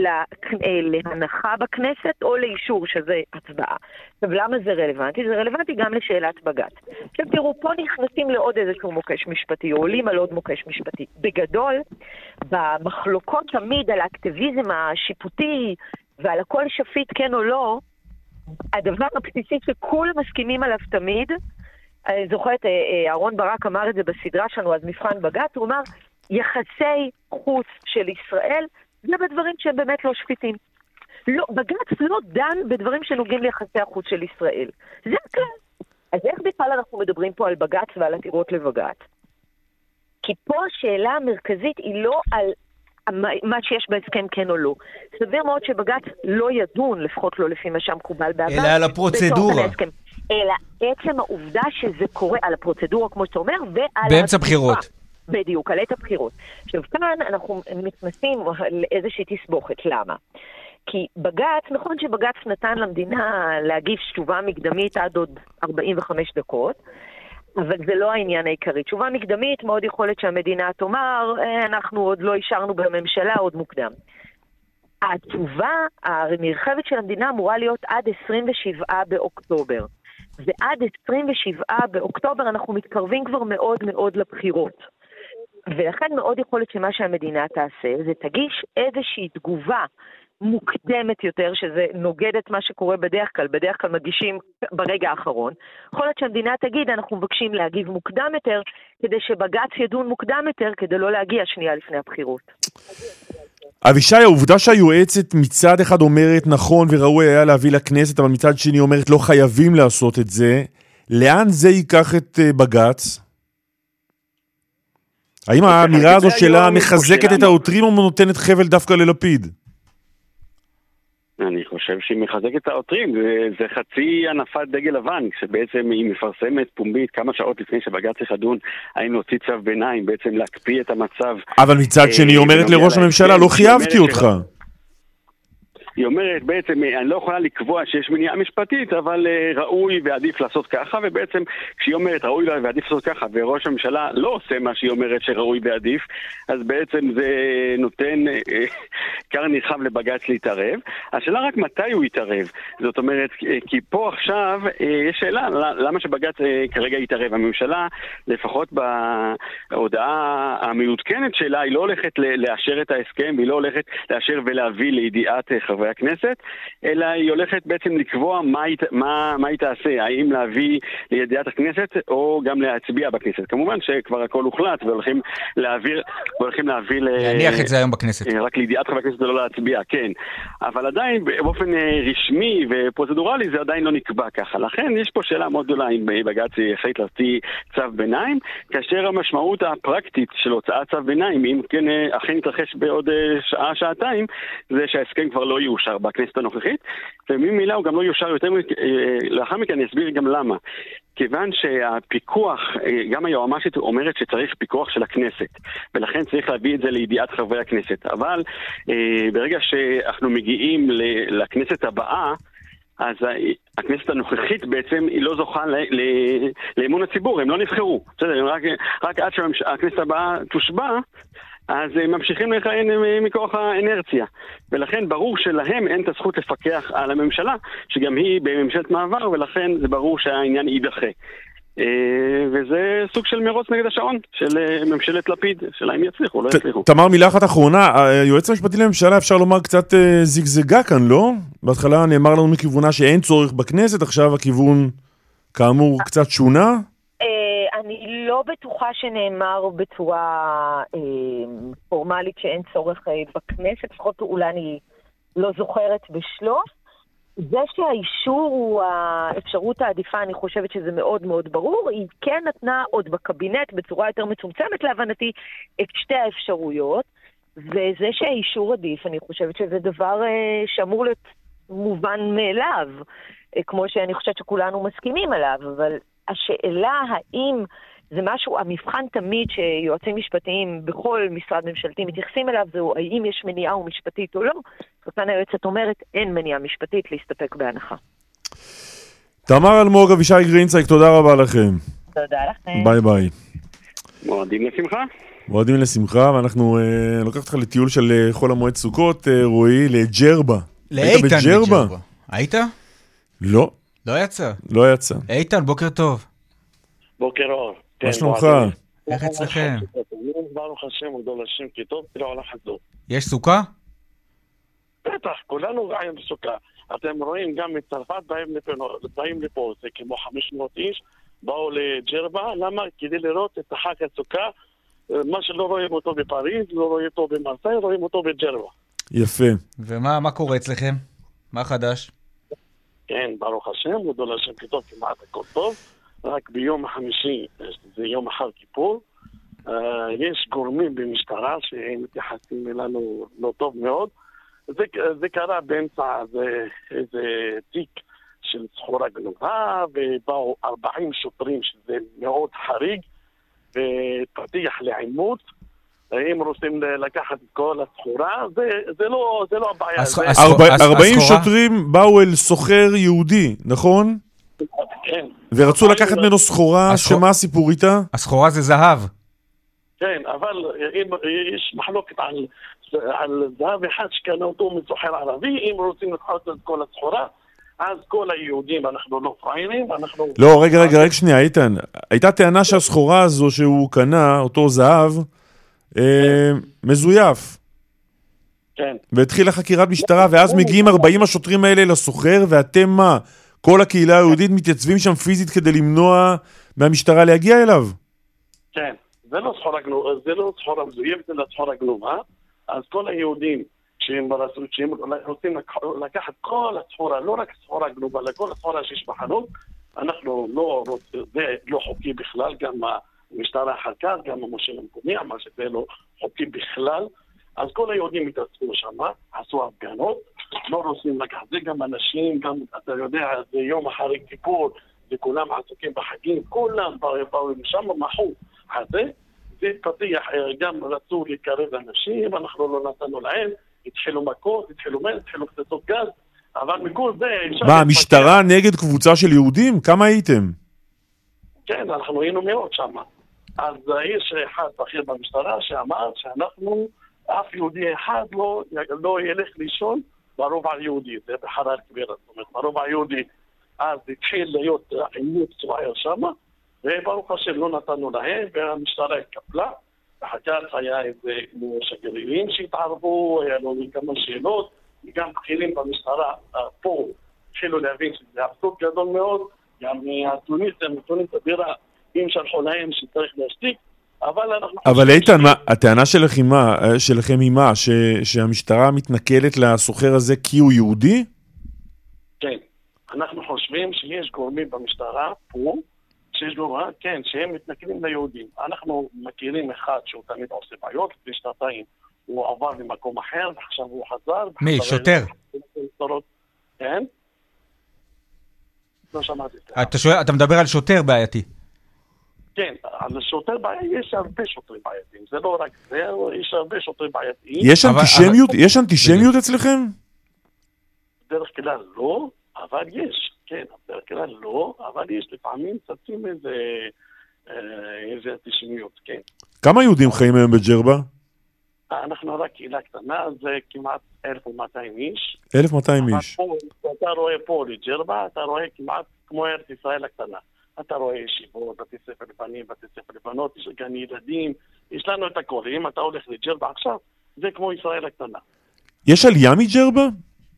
Speaker 9: להנחה בכנסת או לאישור, שזה הצבעה. עכשיו, למה זה רלוונטי? זה רלוונטי גם לשאלת בג"ץ. עכשיו, תראו, פה נכנסים לעוד איזשהו מוקש משפטי, או עולים על עוד מוקש משפטי. בגדול, במחלוקות תמיד על האקטיביזם השיפוטי ועל הכל שפיט כן או לא, הדבר הבסיסי שכולם מסכימים עליו תמיד, אני זוכרת, אהרון ברק אמר את זה בסדרה שלנו, אז מבחן בג"ץ, הוא אמר, יחסי חוץ של ישראל, זה בדברים שהם באמת לא שפיטים. לא, בג"ץ לא דן בדברים שנוגעים ליחסי החוץ של ישראל. זה הכלל. אז איך בכלל אנחנו מדברים פה על בג"ץ ועל עתירות לבג"ץ? כי פה השאלה המרכזית היא לא על מה שיש בהסכם כן או לא. סביר מאוד שבג"ץ לא ידון, לפחות לא לפי מה שמקובל בעבר.
Speaker 2: אלא על הפרוצדורה.
Speaker 9: אלא עצם העובדה שזה קורה על הפרוצדורה, כמו שאתה אומר, ועל
Speaker 2: באמצע בחירות.
Speaker 9: בדיוק, על עת הבחירות. עכשיו, כאן אנחנו נכנסים לאיזושהי תסבוכת. למה? כי בג"ץ, נכון שבג"ץ נתן למדינה להגיב תשובה מקדמית עד עוד 45 דקות, אבל זה לא העניין העיקרי. תשובה מקדמית מאוד יכולת שהמדינה תאמר, אנחנו עוד לא אישרנו בממשלה, עוד מוקדם. התשובה הנרחבת של המדינה אמורה להיות עד 27 באוקטובר. ועד 27 באוקטובר אנחנו מתקרבים כבר מאוד מאוד לבחירות. ולכן מאוד יכול להיות שמה שהמדינה תעשה, זה תגיש איזושהי תגובה מוקדמת יותר, שזה נוגד את מה שקורה בדרך כלל מגישים ברגע האחרון. יכול להיות שהמדינה תגיד, אנחנו מבקשים להגיב מוקדם יותר, כדי שבג"ץ ידון מוקדם יותר, כדי לא להגיע שנייה לפני הבחירות.
Speaker 3: אבישי, העובדה שהיועצת מצד אחד אומרת נכון וראוי היה להביא לכנסת, אבל מצד שני אומרת לא חייבים לעשות את זה, לאן זה ייקח את בג"ץ? האם האמירה הזו שלה מחזקת את העותרים או נותנת חבל דווקא ללפיד?
Speaker 8: אני חושב שהיא מחזקת את העותרים, זה חצי הנפת דגל לבן, שבעצם היא מפרסמת פומבית כמה שעות לפני שבג"ץ צריך לדון, האם להוציא צו ביניים, בעצם להקפיא את המצב.
Speaker 3: אבל מצד שני היא אומרת לראש הממשלה, לא חייבתי אותך.
Speaker 8: היא אומרת בעצם, אני לא יכולה לקבוע שיש מניעה משפטית, אבל ראוי ועדיף לעשות ככה, ובעצם כשהיא אומרת ראוי ועדיף לעשות ככה, וראש הממשלה לא עושה מה שהיא אומרת שראוי ועדיף, אז בעצם זה נותן קר נרחב לבג"ץ להתערב. השאלה רק מתי הוא יתערב. זאת אומרת, כי פה עכשיו יש שאלה, למה שבג"ץ כרגע יתערב? הממשלה, לפחות בהודעה המעודכנת שלה, היא לא הולכת לאשר את ההסכם, והיא לא הולכת לאשר ולהביא לידיעת חברי הכנסת, אלא היא הולכת בעצם לקבוע מה היא תעשה, האם להביא לידיעת הכנסת או גם להצביע בכנסת. כמובן שכבר הכל הוחלט והולכים להעביר
Speaker 2: להניח את זה היום בכנסת.
Speaker 8: רק לידיעת חברי הכנסת ולא להצביע, כן. אבל עדיין באופן רשמי ופרוצדורלי זה עדיין לא נקבע ככה. לכן יש פה שאלה מאוד גדולה אם בג"ץ יחליט להוציא צו ביניים, כאשר המשמעות הפרקטית של הוצאת צו ביניים, אם כן אכן יתרחש בעוד שעתיים, זה שההסכם כבר לא יאושר בכנסת הנוכחית, וממילא הוא גם לא יאושר יותר, לאחר מכן אני אסביר גם למה. כיוון שהפיקוח, גם היועמ"שית אומרת שצריך פיקוח של הכנסת, ולכן צריך להביא את זה לידיעת חברי הכנסת. אבל ברגע שאנחנו מגיעים לכנסת הבאה, אז הכנסת הנוכחית בעצם היא לא זוכה לאמון הציבור, הם לא נבחרו. בסדר, רק עד שהכנסת הבאה תושבע, אז ממשיכים לכהן מכוח האנרציה. ולכן ברור שלהם אין את הזכות לפקח על הממשלה, שגם היא בממשלת מעבר, ולכן זה ברור שהעניין יידחה. וזה סוג של מרוץ נגד השעון של ממשלת לפיד, של האם יצליחו או לא יצליחו.
Speaker 3: תמר, מילה אחת אחרונה, היועץ המשפטי לממשלה אפשר לומר קצת זיגזגה כאן, לא? בהתחלה נאמר לנו מכיוונה שאין צורך בכנסת, עכשיו הכיוון כאמור קצת שונה?
Speaker 9: אני לא בטוחה שנאמר בצורה פורמלית שאין צורך בכנסת, לפחות אולי אני לא זוכרת בשלוף. זה שהאישור הוא האפשרות העדיפה, אני חושבת שזה מאוד מאוד ברור. היא כן נתנה עוד בקבינט בצורה יותר מצומצמת להבנתי את שתי האפשרויות, וזה שהאישור עדיף, אני חושבת שזה דבר שאמור להיות מובן מאליו, כמו שאני חושבת שכולנו מסכימים עליו, אבל השאלה האם זה משהו, המבחן תמיד שיועצים משפטיים בכל משרד ממשלתי מתייחסים אליו, זהו האם יש מניעה משפטית או לא, אותן היועצת אומרת, אין מניעה משפטית להסתפק בהנחה.
Speaker 3: תמר אלמוג, אבישי גרינצייג, תודה רבה לכם.
Speaker 9: תודה לכם.
Speaker 3: ביי ביי.
Speaker 8: מועדים לשמחה.
Speaker 3: מועדים לשמחה, ואנחנו לוקח אותך לטיול של חול המועד סוכות, רועי, לג'רבה.
Speaker 2: לאיתן בג'רבה. היית?
Speaker 3: לא.
Speaker 2: לא יצא?
Speaker 3: לא יצא.
Speaker 2: איתן, בוקר טוב.
Speaker 10: בוקר אור.
Speaker 3: מה שלומך?
Speaker 2: איך אצלכם?
Speaker 10: ברוך השם וגדול השם כי טוב, תראה עולם חזור.
Speaker 2: יש סוכה?
Speaker 10: בטח, כולנו גאים בסוכה. אתם רואים גם מצרפת באים לפה, זה כמו 500 איש, באו לג'רבה, למה? כדי לראות את החג הסוכה, מה שלא רואים אותו בפריז, לא רואים אותו במרסיי, רואים אותו בג'רבה.
Speaker 3: יפה.
Speaker 2: ומה קורה אצלכם? מה חדש?
Speaker 10: כן, ברוך השם, גדול השם כי טוב, כמעט הכל טוב. רק ביום החמישי, זה יום אחר כיפור, יש גורמים במשטרה שהם מתייחסים אלינו לא טוב מאוד. זה קרה באמצע איזה תיק של סחורה גנובה, ובאו 40 שוטרים, שזה מאוד חריג, ופתיח לעימות. אם רוצים לקחת את כל הסחורה, זה לא הבעיה.
Speaker 3: 40 שוטרים באו אל סוחר יהודי, נכון?
Speaker 10: כן.
Speaker 3: ורצו לקחת ממנו סחורה, שמה הסיפור איתה?
Speaker 2: הסחורה זה זהב.
Speaker 10: כן, אבל אם יש מחלוקת על זהב אחד שקנה אותו מסוחר ערבי, אם רוצים לקחת את כל הסחורה, אז כל היהודים אנחנו לא פריירים, אנחנו...
Speaker 3: לא, רגע, שנייה, איתן. הייתה טענה שהסחורה הזו שהוא קנה, אותו זהב, מזויף.
Speaker 10: כן.
Speaker 3: והתחילה חקירת משטרה, ואז מגיעים 40 השוטרים האלה לסוחר, ואתם מה? כל הקהילה היהודית מתייצבים שם פיזית כדי למנוע מהמשטרה להגיע אליו?
Speaker 10: כן. זה לא סחורה מזויפת, זה סחורה גנובה. אז כל היהודים שהם רוצים לקחת כל הסחורה, לא רק סחורה גנובה, לכל הסחורה שיש בחנות, אנחנו לא, זה לא חוקי בכלל, גם המשטרה אחר כך, גם המושל המקומי, אמר שזה לא חוקי בכלל. אז כל היהודים התעצבו שם, עשו הפגנות, לא רוצים לקחת, זה גם אנשים, גם אתה יודע, זה יום אחרי כיפור, וכולם עסוקים בחגים, כולם באו שם, מחו. זה פתיח, גם רצו לקרב אנשים, אנחנו לא נתנו להם, התחילו מכות, התחילו פצצות גז, אבל מכל זה...
Speaker 3: מה, המשטרה נגד קבוצה של יהודים? כמה הייתם?
Speaker 10: כן, אנחנו היינו מאוד שם. אז יש אחד בכיר במשטרה שאמר שאנחנו, אף יהודי אחד לא ילך לישון ברובע היהודי, זה בחרר כבירה, זאת אומרת, ברובע היהודי. אז התחיל להיות עימות צבאי שם, וברוך השם לא נתנו להם, והמשטרה התקפלה. אחר כך היה איזה כמו שגרירים שהתערבו, היה לו כמה שאלות, וגם בכירים במשטרה פה התחילו להבין שזה אבסורד גדול מאוד, גם מהטוניס הבירה, אם שלחו להם שצריך להשתיק,
Speaker 3: אבל איתן, הטענה שלכם היא מה? שהמשטרה מתנכלת לסוחר הזה כי הוא יהודי?
Speaker 10: כן, אנחנו חושבים שיש גורמים במשטרה פה, כן, שהם מתנכלים ליהודים. אנחנו מכירים אחד שהוא תמיד עושה בעיות, לפני שנתיים הוא עבר למקום אחר, ועכשיו הוא חזר.
Speaker 2: מי? שוטר?
Speaker 10: כן? לא שמעתי.
Speaker 2: אתה מדבר על שוטר בעייתי.
Speaker 10: כן, על שוטר בעייתי, יש הרבה שוטרים בעייתיים. זה לא רק זה, יש הרבה שוטרים בעייתיים.
Speaker 3: יש אנטישמיות אצלכם?
Speaker 10: בדרך כלל לא, אבל יש. כן, בדרך כלל לא, אבל יש לפעמים צצים איזה אנטישמיות, כן.
Speaker 3: כמה יהודים חיים היום בג'רבה?
Speaker 10: אנחנו רק קהילה קטנה, זה כמעט 1,200 איש.
Speaker 3: 1,200 איש.
Speaker 10: אתה רואה פה לג'רבה, אתה רואה כמעט כמו ארץ ישראל הקטנה. אתה רואה ישיבות, בתי ספר לבנים, בתי ספר לבנות, יש גן ילדים, יש לנו את הכל. אם אתה הולך לג'רבה עכשיו, זה כמו ישראל הקטנה.
Speaker 3: יש עלייה מג'רבה?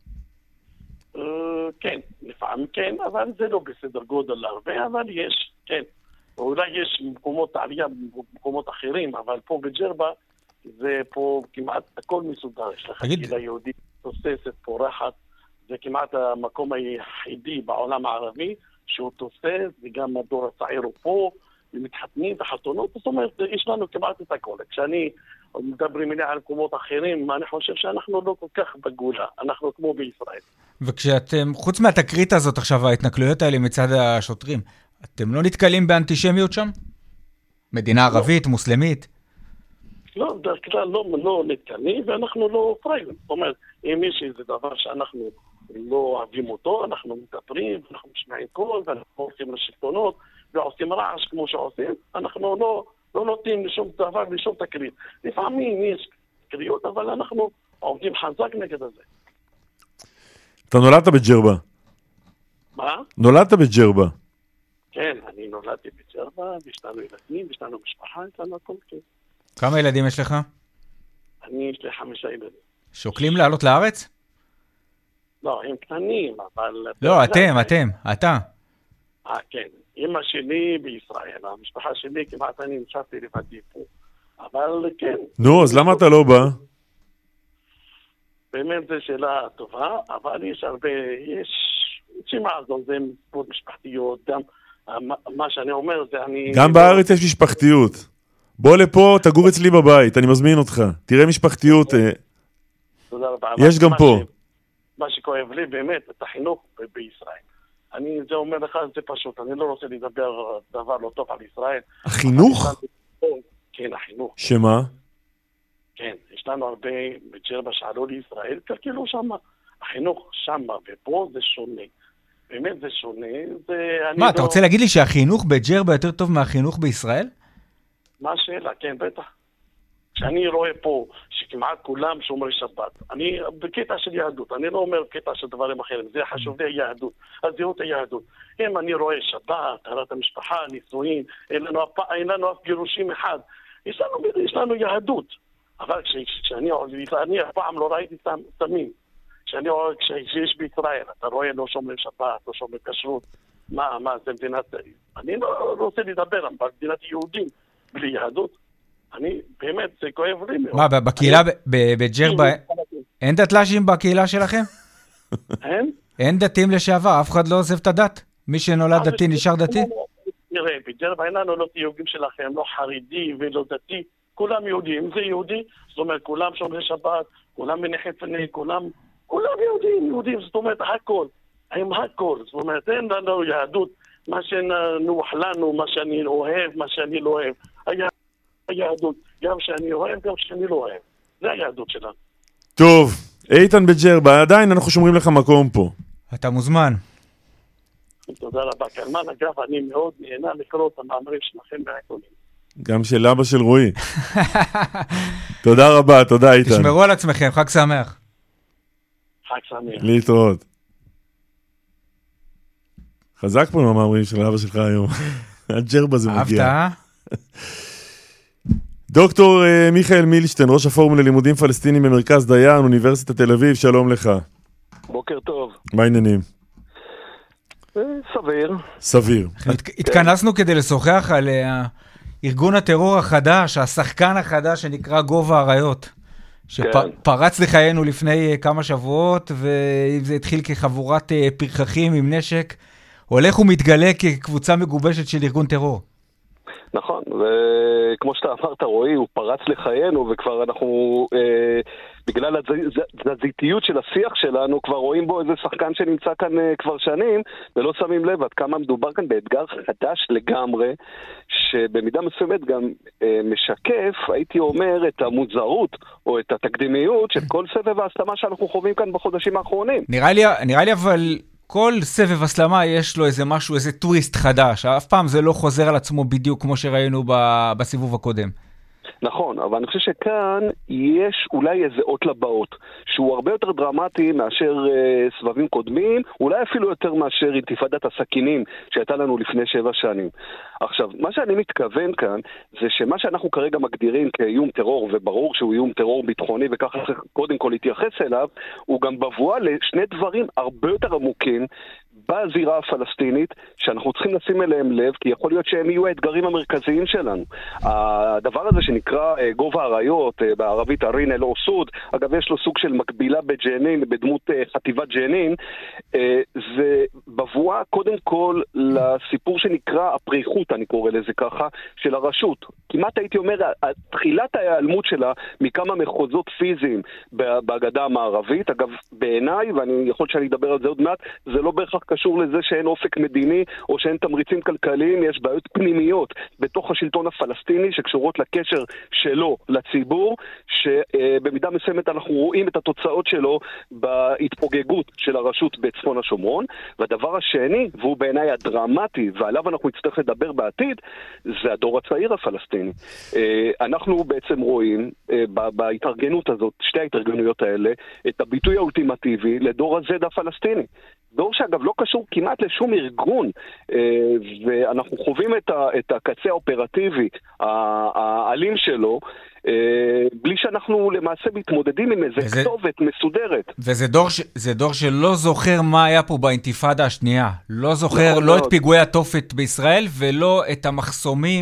Speaker 10: כן, לפעמים כן, אבל זה לא בסדר גודל הרבה, אבל יש, כן. אולי יש מקומות עלייה במקומות אחרים, אבל פה בג'רבה, זה פה כמעט הכל מסודר. יש לך קהילה יהודית תוססת, פורחת, זה כמעט המקום היחידי בעולם הערבי, שהוא תוסס, וגם הדור הצעיר הוא פה, ומתחתנים וחתונות, זאת אומרת, יש לנו כמעט את הכל. כשאני מדברים אליי על מקומות אחרים, אני חושב שאנחנו לא כל כך בגולה, אנחנו כמו בישראל.
Speaker 2: וכשאתם, חוץ מהתקרית הזאת עכשיו, ההתנכלויות האלה מצד השוטרים, אתם לא נתקלים באנטישמיות שם? מדינה ערבית, מוסלמית?
Speaker 10: לא, בדרך כלל לא נתקנים, ואנחנו לא פריירים. זאת אומרת, אם יש איזה דבר שאנחנו לא אוהבים אותו, אנחנו מטפרים, אנחנו משמעים קול, ואנחנו הולכים לשלטונות, ועושים רעש כמו שעושים, אנחנו לא נותנים לשום דבר, לשום תקרית. לפעמים יש תקריות, אבל אנחנו עובדים חזק נגד הזה.
Speaker 3: אתה נולדת בג'רבה.
Speaker 10: מה?
Speaker 3: נולדת בג'רבה.
Speaker 10: כן, אני נולדתי בג'רבה, ויש לנו ילדים, ויש לנו משפחה, יש לנו הכל, כן.
Speaker 2: כמה ילדים יש לך?
Speaker 10: יש לי 5 ילדים.
Speaker 2: שוקלים לעלות לארץ?
Speaker 10: לא, הם קטנים, אבל...
Speaker 2: לא, אתה.
Speaker 10: כן. אמא שלי בישראל, המשפחה שלי כמעט אני נשארתי לבדי פה. אבל כן.
Speaker 3: נו, אז למה אתה לא בא?
Speaker 10: באמת זו שאלה טובה, אבל יש הרבה, שמעזון, זה מפות משפחתיות, גם מה שאני אומר זה אני...
Speaker 3: גם בארץ יש משפחתיות. בוא לפה, תגור אצלי בבית, אני מזמין אותך. תראה משפחתיות.
Speaker 10: תודה רבה.
Speaker 3: יש גם פה.
Speaker 10: מה שכואב לי באמת, את החינוך בישראל. אני זה אומר לך, זה פשוט, אני לא רוצה לדבר דבר לא טוב על ישראל.
Speaker 3: החינוך?
Speaker 10: כן, החינוך.
Speaker 3: שמה?
Speaker 10: כן, יש לנו הרבה בג'רבה שעלו לישראל, כאילו שמה. החינוך שמה, ופה זה שונה. באמת זה שונה.
Speaker 2: מה, אתה רוצה להגיד לי שהחינוך בג'רבה יותר טוב מהחינוך בישראל?
Speaker 10: מה השאלה? כן, בטח. כשאני רואה פה שכמעט כולם שומרי שבת, אני בקטע של יהדות, אני לא אומר קטע של דברים אחרים, זה חשוב לי היהדות, הזהות היהדות. אם אני רואה שבת, טהרת המשפחה, נישואין, אין לנו אף גירושים אחד, יש לנו יהדות. אבל כשאני אף פעם לא ראיתי סמים, כשיש בישראל, אתה רואה לא שומרי שבת, לא שומרי כשרות, מה, זה מדינת... אני לא רוצה לדבר על מדינת יהודים בלי יהדות. אני, באמת, זה כואב לי מאוד.
Speaker 2: מה, בקהילה בג'רבה, אין דתל"שים בקהילה שלכם?
Speaker 10: אין?
Speaker 2: אין דתיים לשעבר, אף אחד לא עוזב את הדת? מי שנולד דתי נשאר דתי?
Speaker 10: נראה, בג'רבה אין לנו לא תיוגים שלכם, לא חרדי ולא דתי, כולם יהודים, זה יהודי, זאת אומרת, כולם שומרי שבת, כולם מניחי פני, כולם יהודים, זאת אומרת, הכל, הם הכל, זאת אומרת, אין לנו יהדות, מה שנוח לנו, מה שאני אוהב, מה שאני לא אוהב, היהדות, גם שאני אוהב, גם שאני לא אוהב. זה היהדות שלנו.
Speaker 3: טוב, איתן בג'רבה, עדיין אנחנו שומרים לך מקום פה.
Speaker 2: אתה מוזמן.
Speaker 10: תודה רבה. קלמן, אגב, אני מאוד נהנה לקרוא את המאמרים שלכם מהעיתונים.
Speaker 3: גם של אבא של רועי. תודה רבה, תודה איתן.
Speaker 2: תשמרו על עצמכם, חג שמח.
Speaker 10: חג שמח.
Speaker 3: להתראות. חזק פה עם המאמרים של אבא שלך היום. הג'רבה זה מגיע.
Speaker 2: אהבת?
Speaker 3: דוקטור מיכאל מילשטיין, ראש הפורום ללימודים פלסטינים במרכז דיין, אוניברסיטת תל אביב, שלום לך.
Speaker 11: בוקר טוב.
Speaker 3: מה העניינים?
Speaker 11: סביר.
Speaker 2: התכנסנו כדי לשוחח על ארגון הטרור החדש, השחקן החדש שנקרא גובה האריות, שפרץ לחיינו לפני כמה שבועות, וזה התחיל כחבורת פרחחים עם נשק, הולך ומתגלה כקבוצה מגובשת של ארגון טרור.
Speaker 11: נכון, וכמו שאתה אמרת, רועי, הוא פרץ לחיינו, וכבר אנחנו, בגלל התזזיתיות של השיח שלנו, כבר רואים בו איזה שחקן שנמצא כאן כבר שנים, ולא שמים לב עד כמה מדובר כאן באתגר חדש לגמרי, שבמידה מסוימת גם משקף, הייתי אומר, את המוזרות, או את התקדימיות של כל סבב ההסלמה שאנחנו חווים כאן בחודשים האחרונים.
Speaker 2: נראה לי אבל... כל סבב הסלמה יש לו איזה משהו, איזה טוויסט חדש. אף פעם זה לא חוזר על עצמו בדיוק כמו שראינו בסיבוב הקודם.
Speaker 11: נכון, אבל אני חושב שכאן יש אולי איזה אות לבאות, שהוא הרבה יותר דרמטי מאשר סבבים קודמים, אולי אפילו יותר מאשר אינתיפאדת הסכינים שהייתה לנו לפני 7 שנים. עכשיו, מה שאני מתכוון כאן, זה שמה שאנחנו כרגע מגדירים כאיום טרור, וברור שהוא איום טרור ביטחוני, וככה צריך קודם כל להתייחס אליו, הוא גם בבואה לשני דברים הרבה יותר עמוקים, בזירה הפלסטינית, שאנחנו צריכים לשים אליהם לב, כי יכול להיות שהם יהיו האתגרים המרכזיים שלנו. הדבר הזה שנקרא גובה האריות, בערבית ארין אל אוסוד, אגב יש לו סוג של מקבילה בג'נין, בדמות חטיבת ג'נין, זה בבואה קודם כל לסיפור שנקרא הפריחות, אני קורא לזה ככה, של הרשות. כמעט הייתי אומר, תחילת ההיעלמות שלה מכמה מחוזות פיזיים בגדה המערבית, אגב בעיניי, ואני יכול שאני אדבר על זה עוד מעט, זה לא בהכרח קשור קשור לזה שאין אופק מדיני או שאין תמריצים כלכליים, יש בעיות פנימיות בתוך השלטון הפלסטיני שקשורות לקשר שלו לציבור, שבמידה מסוימת אנחנו רואים את התוצאות שלו בהתפוגגות של הרשות בצפון השומרון. והדבר השני, והוא בעיניי הדרמטי, ועליו אנחנו נצטרך לדבר בעתיד, זה הדור הצעיר הפלסטיני. אנחנו בעצם רואים בהתארגנות הזאת, שתי ההתארגנויות האלה, את הביטוי האולטימטיבי לדור הזד הפלסטיני. דור שאגב לא קשור כמעט לשום ארגון, ואנחנו חווים את הקצה האופרטיבי, האלים שלו, בלי שאנחנו למעשה מתמודדים עם איזה כתובת מסודרת.
Speaker 2: וזה דור שלא זוכר מה היה פה באינתיפאדה השנייה. לא זוכר לא את פיגועי התופת בישראל, ולא את המחסומים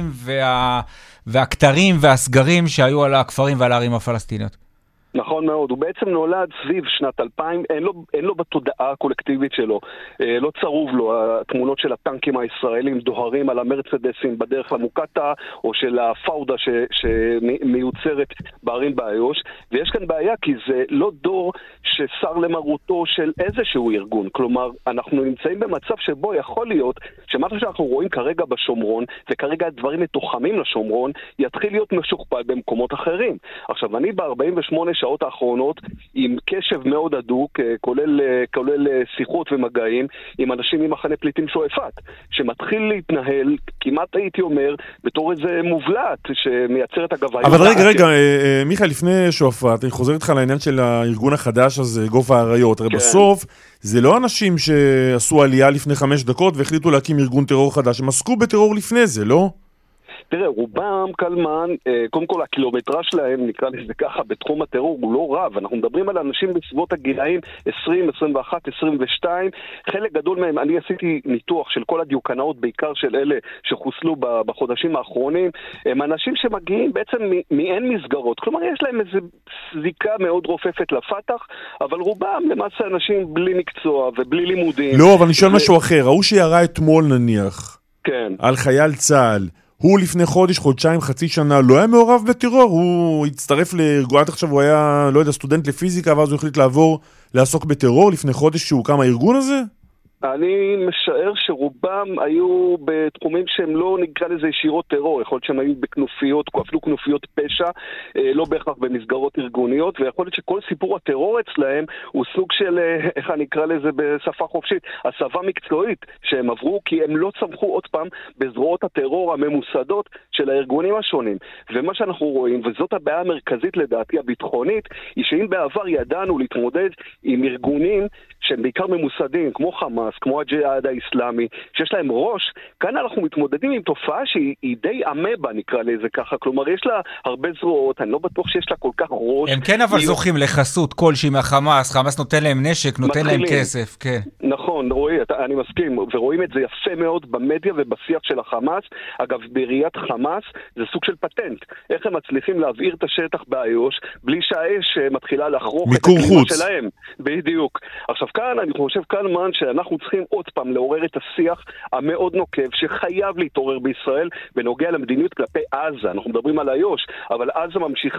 Speaker 2: והכתרים והסגרים שהיו על הכפרים ועל הערים הפלסטיניות.
Speaker 11: נכון מאוד, הוא בעצם נולד סביב שנת 2000, אין לו בתודעה הקולקטיבית שלו, לא צרוב לו התמונות של הטנקים הישראלים דוהרים על המרצדסים בדרך למוקטה, או של הפאודה שמיוצרת בערים באיו"ש, ויש כאן בעיה כי זה לא דור ששר למרותו של איזשהו ארגון, כלומר אנחנו נמצאים במצב שבו יכול להיות שמשהו שאנחנו רואים כרגע בשומרון, וכרגע הדברים מתוחמים לשומרון, יתחיל להיות משוכפל במקומות אחרים. עכשיו אני ב-48 שעות האחרונות עם קשב מאוד הדוק, כולל שיחות ומגעים עם אנשים ממחנה פליטים שועפאט, שמתחיל להתנהל, כמעט הייתי אומר, בתור איזה מובלעת שמייצר את הגבהים.
Speaker 3: אבל רגע, מיכאל, לפני שועפאט, אני חוזר איתך לעניין של הארגון החדש הזה, גוף האריות. הרי בסוף, זה לא אנשים שעשו עלייה לפני 5 דקות והחליטו להקים ארגון טרור חדש, הם עסקו בטרור לפני זה, לא?
Speaker 11: תראה, רובם, קלמן, קודם כל הקילומטרה שלהם, נקרא לזה ככה, בתחום הטרור הוא לא רב. אנחנו מדברים על אנשים בסביבות הגילאים 20, 21, 22. חלק גדול מהם, אני עשיתי ניתוח של כל הדיוקנאות, בעיקר של אלה שחוסלו בחודשים האחרונים. הם אנשים שמגיעים בעצם מאין מסגרות. כלומר, יש להם איזו זיקה מאוד רופפת לפתח, אבל רובם למעשה אנשים בלי מקצוע ובלי לימודים.
Speaker 3: לא, אבל אני שואל משהו אחר. ראו שירה אתמול נניח,
Speaker 11: כן.
Speaker 3: על חייל צה"ל. הוא לפני חודש, חודשיים, חצי שנה, לא היה מעורב בטרור, הוא הצטרף לארגון, עכשיו הוא היה, לא יודע, סטודנט לפיזיקה, ואז הוא החליט לעסוק בטרור לפני חודש שהוקם הארגון הזה?
Speaker 11: אני משער שרובם היו בתחומים שהם לא נקרא לזה ישירות טרור, יכול להיות שהם היו בכנופיות, אפילו כנופיות פשע, לא בהכרח במסגרות ארגוניות, ויכול להיות שכל סיפור הטרור אצלהם הוא סוג של, איך אני אקרא לזה בשפה חופשית, הסבה מקצועית שהם עברו, כי הם לא צמחו עוד פעם בזרועות הטרור הממוסדות של הארגונים השונים. ומה שאנחנו רואים, וזאת הבעיה המרכזית לדעתי הביטחונית, היא שאם בעבר ידענו להתמודד עם ארגונים שהם בעיקר ממוסדים, כמו חמאס, כמו הג'יהאד האסלאמי, שיש להם ראש, כאן אנחנו מתמודדים עם תופעה שהיא די אמבה, נקרא לזה ככה, כלומר יש לה הרבה זרועות, אני לא בטוח שיש לה כל כך ראש.
Speaker 2: הם כן אבל זוכים לחסות כלשהי מהחמאס, חמאס נותן להם נשק, נותן להם כסף, כן.
Speaker 11: נכון, רואי, אני מסכים, ורואים את זה יפה מאוד במדיה ובשיח של החמאס. אגב, בראיית חמאס זה סוג של פטנט, איך הם מצליחים להבעיר את השטח באיו"ש, בלי שהאש מתחילה לחרוך את הכלימה שלהם. בדיוק. עכשיו כאן, אני חושב קלמן שאנחנו צריכים עוד פעם לעורר את השיח המאוד נוקב שחייב להתעורר בישראל בנוגע למדיניות כלפי עזה. אנחנו מדברים על איו"ש, אבל עזה ממשיכה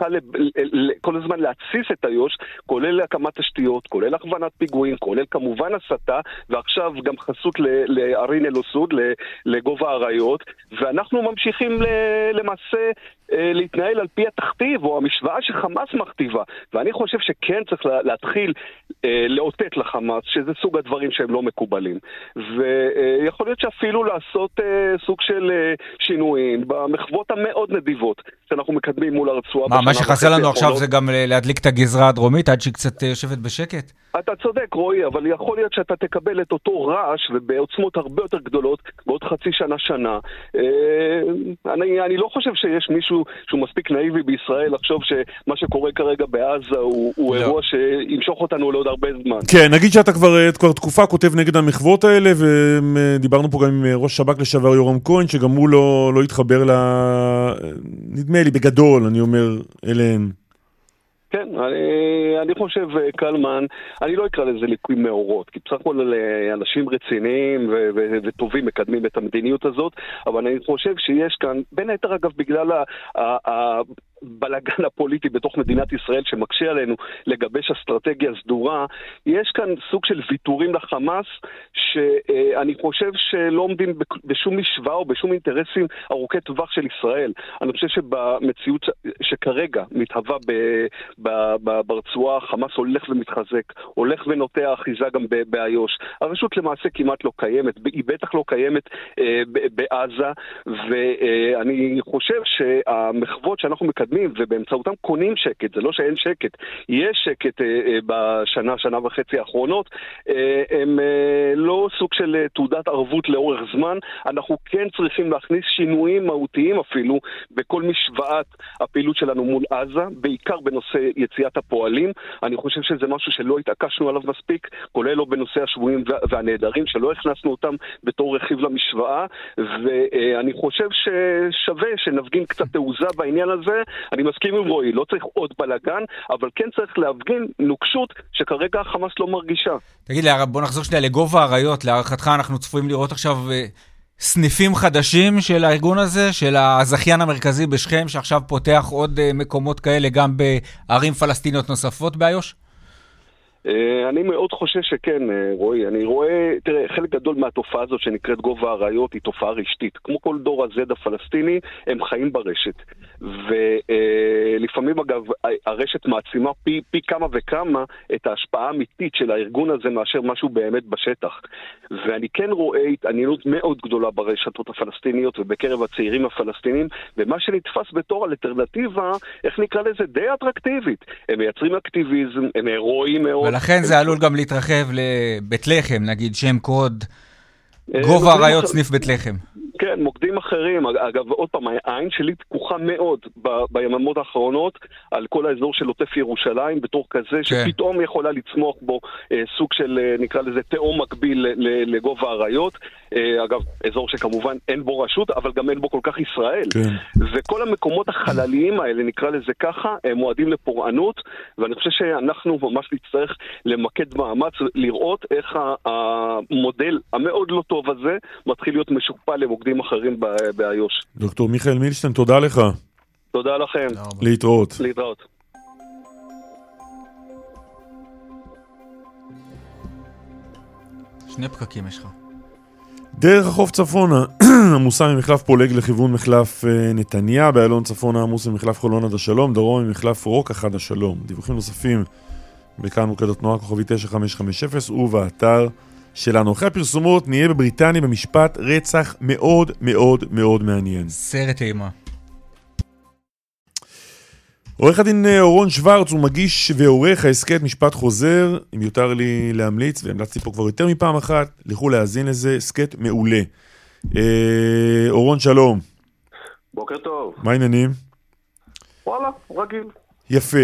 Speaker 11: כל הזמן להציס את איו"ש, כולל הקמת תשתיות, כולל הכוונת פיגועים, כולל כמובן הסתה, ועכשיו גם חסות לערין אל-אסוד, לגובה האריות, ואנחנו ממשיכים למעשה להתנהל על פי התכתיב או המשוואה שחמאס מכתיבה, ואני חושב שכן צריך להתחיל לאותת לחמאס שזה סוג הדברים שהם לא מקובלים, ויכול להיות שאפילו לעשות סוג של שינויים במחוות המאוד נדיבות שאנחנו מקדמים מול הרצועה.
Speaker 2: מה שחסר לנו עכשיו זה גם להדליק את הגזרה הדרומית עד שהיא קצת יושבת בשקט?
Speaker 11: אתה צודק רועי, אבל יכול להיות שאתה תקבל את אותו רעש ובעוצמות הרבה יותר גדולות בעוד חצי שנה. אני לא חושב שיש מישהו שהוא מספיק נאיבי בישראל לחשוב שמה שקורה כרגע בעזה הוא אירוע שימשוך אותנו לעוד הרבה זמן. כן,
Speaker 3: נגיד שאתה כבר תקופה כותב נגד המחוות האלה, ודיברנו פה גם עם ראש שב"כ לשעבר יורם כהן, שגם הוא לא התחבר נדמה לי בגדול, אני אומר, אליהן.
Speaker 11: כן, אני חושב, קלמן, אני לא אקרא לזה ליקוי מאורות, כי בסך הכל אנשים רציניים וטובים מקדמים את המדיניות הזאת, אבל אני חושב שיש כאן, בין היתר אגב בגלל הבלגן הפוליטי בתוך מדינת ישראל שמקשה עלינו לגבש אסטרטגיה סדורה, יש כאן סוג של ויתורים לחמאס שאני חושב שלא עומדים בשום משוואה או בשום אינטרסים ארוכי טווח של ישראל. אני חושב שבמציאות שכרגע מתהווה ברצועה, חמאס הולך ומתחזק, הולך ונוטע אחיזה גם באיו"ש. הרשות למעשה כמעט לא קיימת, היא בטח לא קיימת בעזה, ואני חושב שהמחוות שאנחנו מקדמים ובאמצעותם קונים שקט, זה לא שאין שקט, יש שקט שנה וחצי האחרונות, הם לא סוג של תעודת ערבות לאורך זמן, אנחנו כן צריכים להכניס שינויים מהותיים אפילו בכל משוואת הפעילות שלנו מול עזה, בעיקר בנושא יציאת הפועלים. אני חושב שזה משהו שלא התעקשנו עליו מספיק, כולל לא בנושא השבויים והנעדרים, שלא הכנסנו אותם בתור רכיב למשוואה, ואני חושב ששווה שנפגין קצת תעוזה בעניין הזה. אני מסכים עם רועי, לא צריך עוד בלגן, אבל כן צריך להפגין נוקשות שכרגע החמאס לא מרגישה.
Speaker 2: תגיד לי, בוא נחזור שנייה לגובה האריות. להערכתך אנחנו צפויים לראות עכשיו סניפים חדשים של הארגון הזה, של הזכיין המרכזי בשכם, שעכשיו פותח עוד מקומות כאלה גם בערים פלסטיניות נוספות באיו"ש?
Speaker 11: אני מאוד חושש שכן, רועי. אני רואה, תראה, חלק גדול מהתופעה הזאת שנקראת גובה האריות היא תופעה רשתית. כמו כל דור הזד הפלסטיני, הם חיים ברשת. ולפעמים, אגב, הרשת מעצימה פי כמה וכמה את ההשפעה האמיתית של הארגון הזה מאשר משהו באמת בשטח. ואני כן רואה התעניינות מאוד גדולה ברשתות הפלסטיניות ובקרב הצעירים הפלסטינים, ומה שנתפס בתור אלטרנטיבה, איך נקרא לזה, די אטרקטיבית. הם מייצרים אקטיביזם, הם הירואיים מאוד.
Speaker 2: ולכן זה עלול גם להתרחב לבית לחם, נגיד שם קוד, גובה האריות סניף בית לחם.
Speaker 11: כן, מוקדים אחרים. אגב, עוד פעם, העין שלי פקוחה מאוד ביממות האחרונות על כל האזור של עוטף ירושלים, בתור כזה שפתאום יכולה לצמוח בו סוג של, נקרא לזה, תאום מקביל לגובה האריות. אגב, אזור שכמובן אין בו רשות, אבל גם אין בו כל כך ישראל. וכל המקומות החלליים האלה, נקרא לזה ככה, הם מועדים לפורענות, ואני חושב שאנחנו ממש נצטרך למקד מאמץ, לראות איך המודל המאוד לא טוב הזה מתחיל להיות משופע למוקדים אחרים באיו"ש.
Speaker 3: דוקטור מיכאל מילשטיין, תודה לך.
Speaker 11: תודה לכם.
Speaker 3: להתראות.
Speaker 11: להתראות.
Speaker 2: שני פקקים יש לך.
Speaker 3: דרך החוף צפונה, עמוסה ממחלף פולג לכיוון מחלף נתניה, באלון צפונה עמוס ממחלף חולון עד השלום, דרום ממחלף רוקח עד השלום. דיווחים נוספים בכאן מוקד התנועה כוכבי 9550 ובאתר שלנו. אחרי הפרסומות נהיה בבריטניה במשפט רצח מאוד מאוד מאוד מעניין.
Speaker 2: סרט אימה.
Speaker 3: עורך הדין אורון שוורץ הוא מגיש ועורך העסקת משפט חוזר, אם יותר לי להמליץ, והמלצתי פה כבר יותר מפעם אחת, לכו להאזין לזה, עסקת מעולה. אורון, שלום.
Speaker 10: בוקר טוב.
Speaker 3: מה העניינים?
Speaker 10: וואלה, רגיל.
Speaker 3: יפה.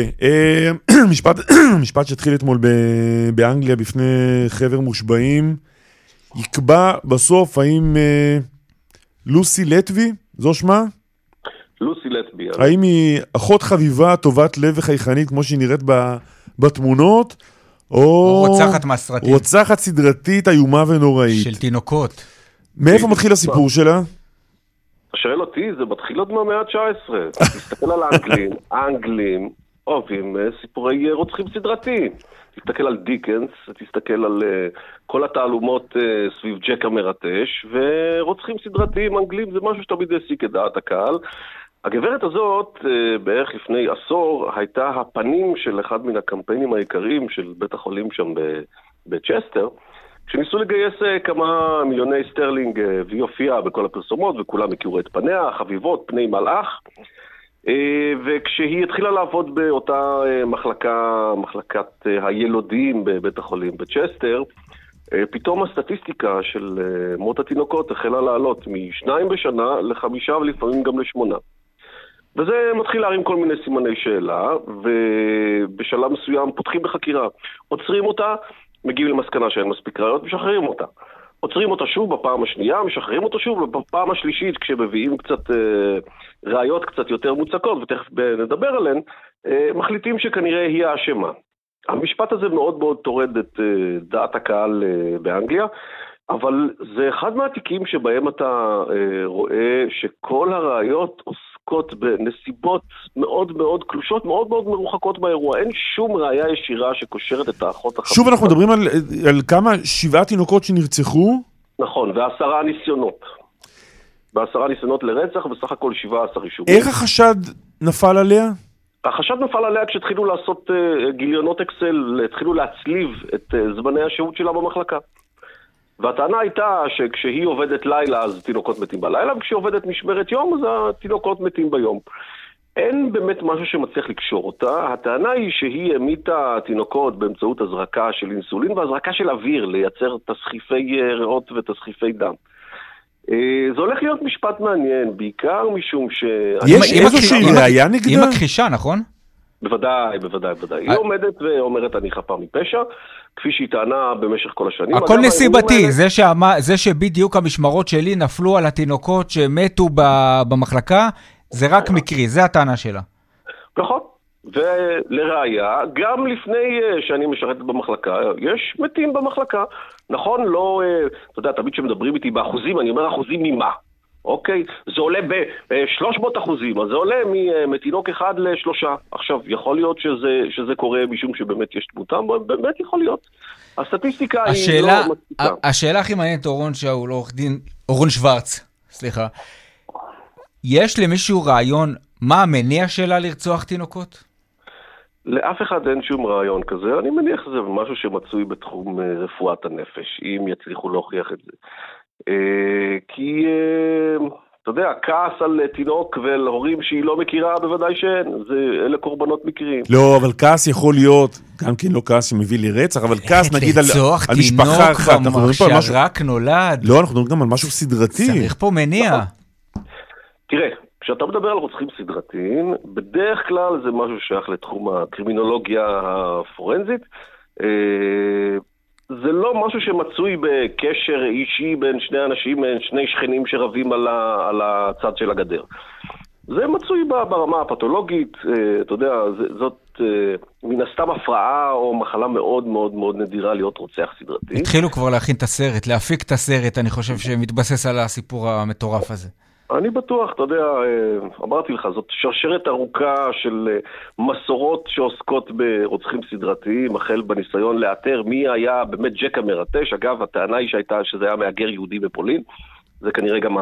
Speaker 3: משפט שהתחיל אתמול באנגליה בפני חבר מושבעים, יקבע בסוף האם לוסי לטבי, זו שמה?
Speaker 10: לוסי לטבי.
Speaker 3: האם היא אחות חביבה, טובת לב וחייכנית, כמו שהיא נראית בתמונות, או
Speaker 2: רוצחת מהסרטים.
Speaker 3: רוצחת סדרתית, איומה ונוראית.
Speaker 2: של תינוקות.
Speaker 3: מאיפה מתחיל הסיפור שלה?
Speaker 10: שואל אותי, זה מתחיל עוד מהמאה ה-19. תסתכל על האנגלים, האנגלים אוהבים סיפורי רוצחים סדרתיים. תסתכל על דיקנס, תסתכל על כל התעלומות סביב ג'ק המרטש, ורוצחים סדרתיים אנגלים זה משהו שתמיד העסיק את דעת הקהל. הגברת הזאת, בערך לפני עשור, הייתה הפנים של אחד מן הקמפיינים העיקריים של בית החולים שם בצ'סטר, כשניסו לגייס כמה מיליוני סטרלינג והיא הופיעה בכל הפרסומות, וכולם הכירו את פניה, חביבות, פני מלאך, וכשהיא התחילה לעבוד באותה מחלקת הילודים בבית החולים בצ'סטר, פתאום הסטטיסטיקה של מות התינוקות החלה לעלות מ2 בשנה ל5 ולפעמים גם ל8. וזה מתחיל להרים כל מיני סימני שאלה, ובשלב מסוים פותחים בחקירה. עוצרים אותה, מגיעים למסקנה שאין מספיק ראיות, משחררים אותה. עוצרים אותה שוב בפעם השנייה, משחררים אותה שוב, ובפעם השלישית, כשמביאים קצת ראיות קצת יותר מוצקות, ותכף נדבר עליהן, מחליטים שכנראה היא האשמה. המשפט הזה מאוד מאוד תורד את דעת הקהל באנגליה, אבל זה אחד מהתיקים שבהם אתה רואה שכל הראיות
Speaker 11: עוסקות בנסיבות מאוד מאוד קלושות, מאוד מאוד מרוחקות באירוע. אין שום ראיה ישירה שקושרת את האחות החמורה.
Speaker 3: שוב אנחנו מדברים על כמה? 7 תינוקות שנרצחו?
Speaker 11: נכון, ו10 ניסיונות. ב10 ניסיונות לרצח, בסך הכל 17 אישומים.
Speaker 3: איך החשד נפל עליה?
Speaker 11: החשד נפל עליה כשהתחילו לעשות גיליונות אקסל, התחילו להצליב את זמני השהות שלה במחלקה. והטענה הייתה שכשהיא עובדת לילה אז תינוקות מתים בלילה, וכשהיא עובדת משמרת יום אז התינוקות מתים ביום. אין באמת משהו שמצליח לקשור אותה. הטענה היא שהיא המיתה תינוקות באמצעות הזרקה של אינסולין והזרקה של אוויר לייצר תסחיפי ריאות ותסחיפי דם. זה הולך להיות משפט מעניין, בעיקר משום ש...
Speaker 3: יש איזושהי ראיה נגדה?
Speaker 2: היא מכחישה, נכון?
Speaker 11: בוודאי. היא עומדת ואומרת אני חפה מפשע, כפי שהיא טענה במשך כל השנים.
Speaker 2: הכל נסיבתי, זה שבדיוק המשמרות שלי נפלו על התינוקות שמתו במחלקה, זה רק מקרי, זה הטענה שלה.
Speaker 11: נכון, ולראיה, גם לפני שאני משרתת במחלקה, יש מתים במחלקה. נכון, לא, אתה יודע, תמיד שמדברים איתי באחוזים, אני אומר אחוזים ממה? אוקיי, זה עולה ב-300%, אז זה עולה מתינוק 1 ל3. עכשיו, יכול להיות שזה קורה משום שבאמת יש תמותם, באמת יכול להיות. הסטטיסטיקה היא לא מצדיקה.
Speaker 2: השאלה הכי מעניינת, אורון שאול, אורון שוורץ, סליחה. יש למישהו רעיון מה המניע שלה לרצוח תינוקות?
Speaker 11: לאף אחד אין שום רעיון כזה. אני מניח שזה משהו שמצוי בתחום רפואת הנפש, אם יצליחו להוכיח את זה. כי, אתה יודע, כעס על תינוק ועל הורים שהיא לא מכירה, בוודאי שאין. אלה קורבנות מקרים.
Speaker 3: לא, אבל כעס יכול להיות, גם כן לא כעס שמביא לי רצח, אבל כעס נגיד על משפחה אחת.
Speaker 2: אנחנו מדברים פה על משהו שרק נולד.
Speaker 3: לא, אנחנו מדברים גם על משהו סדרתי.
Speaker 2: צריך פה מניע. תראה,
Speaker 11: כשאתה מדבר על רוצחים סדרתיים, בדרך כלל זה משהו שייך לתחום הקרימינולוגיה הפורנזית. זה לא משהו שמצוי בקשר אישי בין שני אנשים, שני שכנים שרבים על הצד של הגדר. זה מצוי ברמה הפתולוגית, אתה יודע, זאת מן הסתם הפרעה או מחלה מאוד מאוד מאוד נדירה להיות רוצח סדרתי.
Speaker 2: התחילו כבר להכין את הסרט, להפיק את הסרט, אני חושב שמתבסס על הסיפור המטורף הזה.
Speaker 11: אני בטוח, אתה יודע, אמרתי לך, זאת שרשרת ארוכה של מסורות שעוסקות ברוצחים סדרתיים, החל בניסיון לאתר מי היה באמת ג'ק המרטש. אגב, הטענה היא שזה היה מאגר יהודי בפולין, זה כנראה גם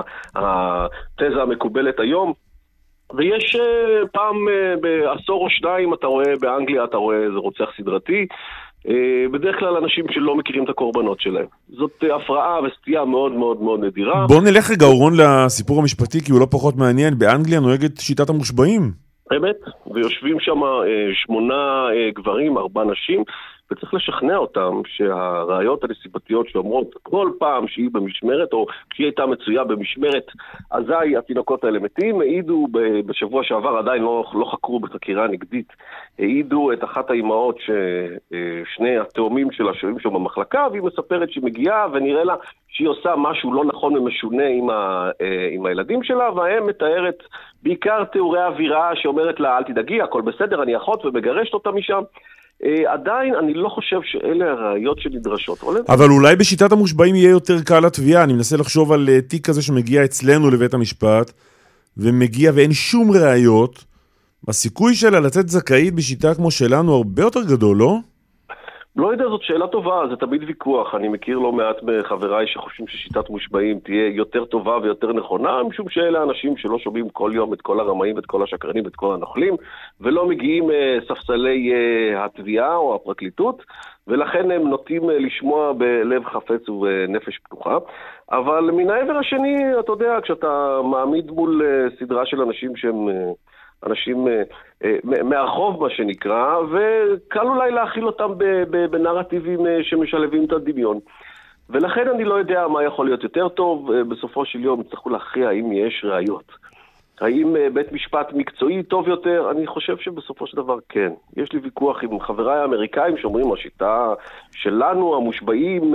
Speaker 11: התזה המקובלת היום. ויש פעם בעשור או שניים, אתה רואה באנגליה, אתה רואה איזה רוצח סדרתי, בדרך כלל אנשים שלא מכירים את הקורבנות שלהם. זאת הפרעה וסטייה מאוד מאוד מאוד נדירה.
Speaker 3: בוא נלך רגע, אורון, לסיפור המשפטי, כי הוא לא פחות מעניין. באנגליה נוהגת שיטת המושבעים.
Speaker 11: באמת, ויושבים שם 8 גברים, 4 נשים, וצריך לשכנע אותם שהראיות הנסיבתיות שאומרות כל פעם שהיא במשמרת, או כשהיא הייתה מצויה במשמרת, אזי התינוקות האלה מתים. העידו בשבוע שעבר, עדיין לא חקרו בחקירה נגדית, העידו את אחת האימהות ששני התאומים שלה שוהים שם במחלקה, והיא מספרת שהיא מגיעה ונראה לה שהיא עושה משהו לא נכון ומשונה עם הילדים שלה, וההם מתארת בעיקר תיאורי אווירה שאומרת לה אל תדאגי, הכל בסדר, אני אחות, ומגרשת אותה משם. עדיין אני לא חושב שאלה הראיות שנדרשות.
Speaker 3: אבל אולי בשיטת המושבעים יהיה יותר קל לתביעה. אני מנסה לחשוב על תיק כזה שמגיע אצלנו לבית המשפט, ומגיע ואין שום ראיות. הסיכוי שלה לצאת זכאית בשיטה כמו שלנו הרבה יותר גדול, לא?
Speaker 11: לא יודע, זאת שאלה טובה, זה תמיד ויכוח. אני מכיר לא מעט מחבריי שחושבים ששיטת מושבעים תהיה יותר טובה ויותר נכונה, משום שאלה אנשים שלא שומעים כל יום את כל הרמאים, את כל השקרנים, את כל הנוכלים, ולא מגיעים ספסלי התביעה או הפרקליטות, ולכן הם נוטים לשמוע בלב חפץ ובנפש פתוחה. אבל מן העבר השני, אתה יודע, כשאתה מעמיד מול סדרה של אנשים שהם אנשים מהרחוב מה שנקרא, וקל אולי להכיל אותם בנרטיבים שמשלבים את הדמיון. ולכן אני לא יודע מה יכול להיות יותר טוב. בסופו של יום צריכו להכריע האם יש ראיות. האם בית משפט מקצועי טוב יותר? אני חושב שבסופו של דבר כן. יש לי ויכוח עם חבריי האמריקאים שאומרים השיטה שלנו, המושבעים,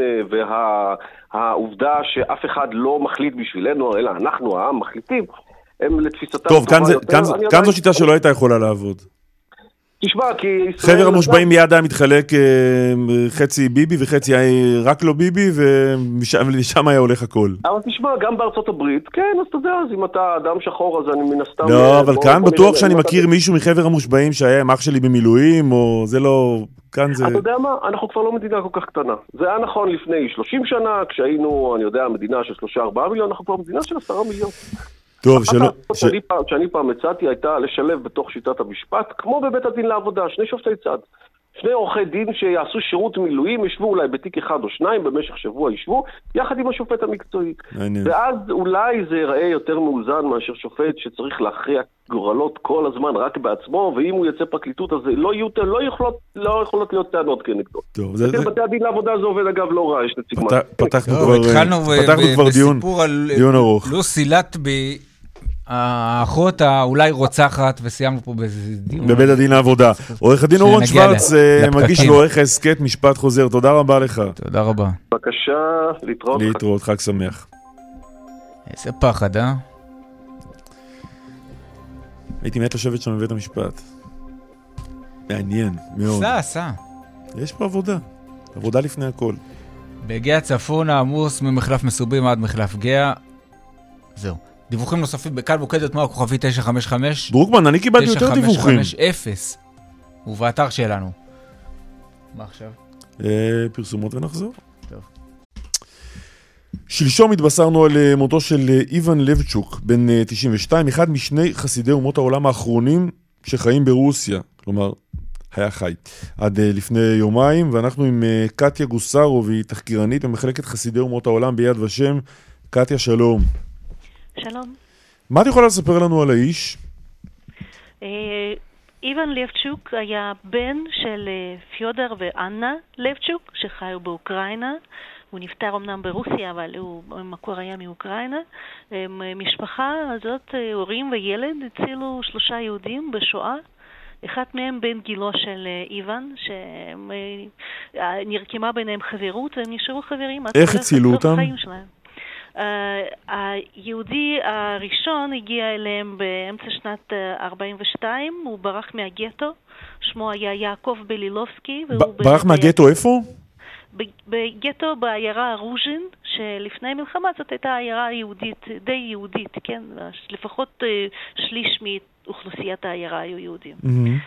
Speaker 11: והעובדה שאף אחד לא מחליט בשבילנו, אלא אנחנו העם מחליטים, הם לתפיסתם
Speaker 3: טוב, כאן זו שיטה שלא הייתה יכולה לעבוד.
Speaker 11: תשמע, כי
Speaker 3: חבר המושבעים מיד היה מתחלק חצי ביבי וחצי רק לא ביבי, ומשם היה הולך הכל.
Speaker 11: אבל תשמע, גם בארצות הברית, כן, אז אתה יודע, אז אם אתה אדם שחור, אז אני מן הסתם...
Speaker 3: לא, אבל כאן בטוח שאני מכיר מישהו מחבר המושבעים שהיה עם אח שלי במילואים, או זה לא... כאן זה...
Speaker 11: אתה יודע מה? אנחנו כבר לא מדינה כל כך קטנה. זה היה נכון לפני 30 שנה, כשהיינו, אני יודע, מדינה של 3-4 מיליון, אנחנו כבר מדינה של 10 מיליון.
Speaker 3: טוב, שלא...
Speaker 11: שאני פעם הצעתי הייתה לשלב בתוך שיטת המשפט, כמו בבית הדין לעבודה, 2 שופטי צד. 2 עורכי דין שיעשו שירות מילואים, ישבו אולי בתיק 1 או 2, במשך שבוע ישבו, יחד עם השופט המקצועי. ואז אולי זה ייראה יותר מאוזן מאשר שופט שצריך להכריע גורלות כל הזמן רק בעצמו, ואם הוא יצא פרקליטות, אז לא יכולות להיות טענות כנגדו.
Speaker 3: טוב,
Speaker 11: בתי הדין לעבודה זה עובד אגב לא רע, יש נציג מה.
Speaker 3: פתחנו כבר דיון ארוך.
Speaker 2: לוסי לטבי, האחות האולי רוצחת, וסיימנו פה בדיון.
Speaker 3: בבית הדין לעבודה. עורך הדין אורון שוורץ מגיש ועורך הסקט משפט חוזר. תודה רבה לך.
Speaker 2: תודה רבה.
Speaker 11: בבקשה, להתראות.
Speaker 3: להתראות, חג שמח.
Speaker 2: איזה פחד, אה?
Speaker 3: הייתי מת לשבת שם בבית המשפט. מעניין, מאוד.
Speaker 2: עשה.
Speaker 3: יש פה עבודה. עבודה לפני הכל.
Speaker 2: בהגיע הצפון העמוס ממחלף מסובים עד מחלף גאה. זהו. דיווחים נוספים בכאן מוקד התנועה כוכבי 955.
Speaker 3: דרוקמן, אני קיבלתי יותר דיווחים.
Speaker 2: 9550. ובאתר שלנו. מה עכשיו?
Speaker 3: פרסומות ונחזור.
Speaker 2: טוב.
Speaker 3: שלשום התבשרנו על מותו של איוון לבצ'וק, בן 92, אחד משני חסידי אומות העולם האחרונים שחיים ברוסיה. כלומר, היה חי. עד לפני יומיים, ואנחנו עם קטיה גוסרוב, היא תחקירנית במחלקת חסידי אומות העולם ביד ושם. קטיה, שלום.
Speaker 12: שלום.
Speaker 3: מה את יכולה לספר לנו על האיש?
Speaker 12: איוון לבצ'וק היה בן של פיודר ואנה לבצ'וק, שחיו באוקראינה. הוא נפטר אמנם ברוסיה, אבל הוא במקור היה מאוקראינה. משפחה הזאת, הורים וילד, הצילו 3 יהודים בשואה. אחד מהם בן גילו של איוון, שנרקמה ביניהם חברות, והם נשארו חברים.
Speaker 3: איך הצילו אותם?
Speaker 12: היהודי הראשון הגיע אליהם באמצע שנת 42, הוא ברח מהגטו, שמו היה יעקב בלילובסקי.
Speaker 3: ברח מהגטו איפה?
Speaker 12: בגטו בעיירה רוז'ין, שלפני מלחמה זאת הייתה עיירה יהודית, די יהודית, כן? לפחות שליש מאוכלוסיית העיירה היו יהודים.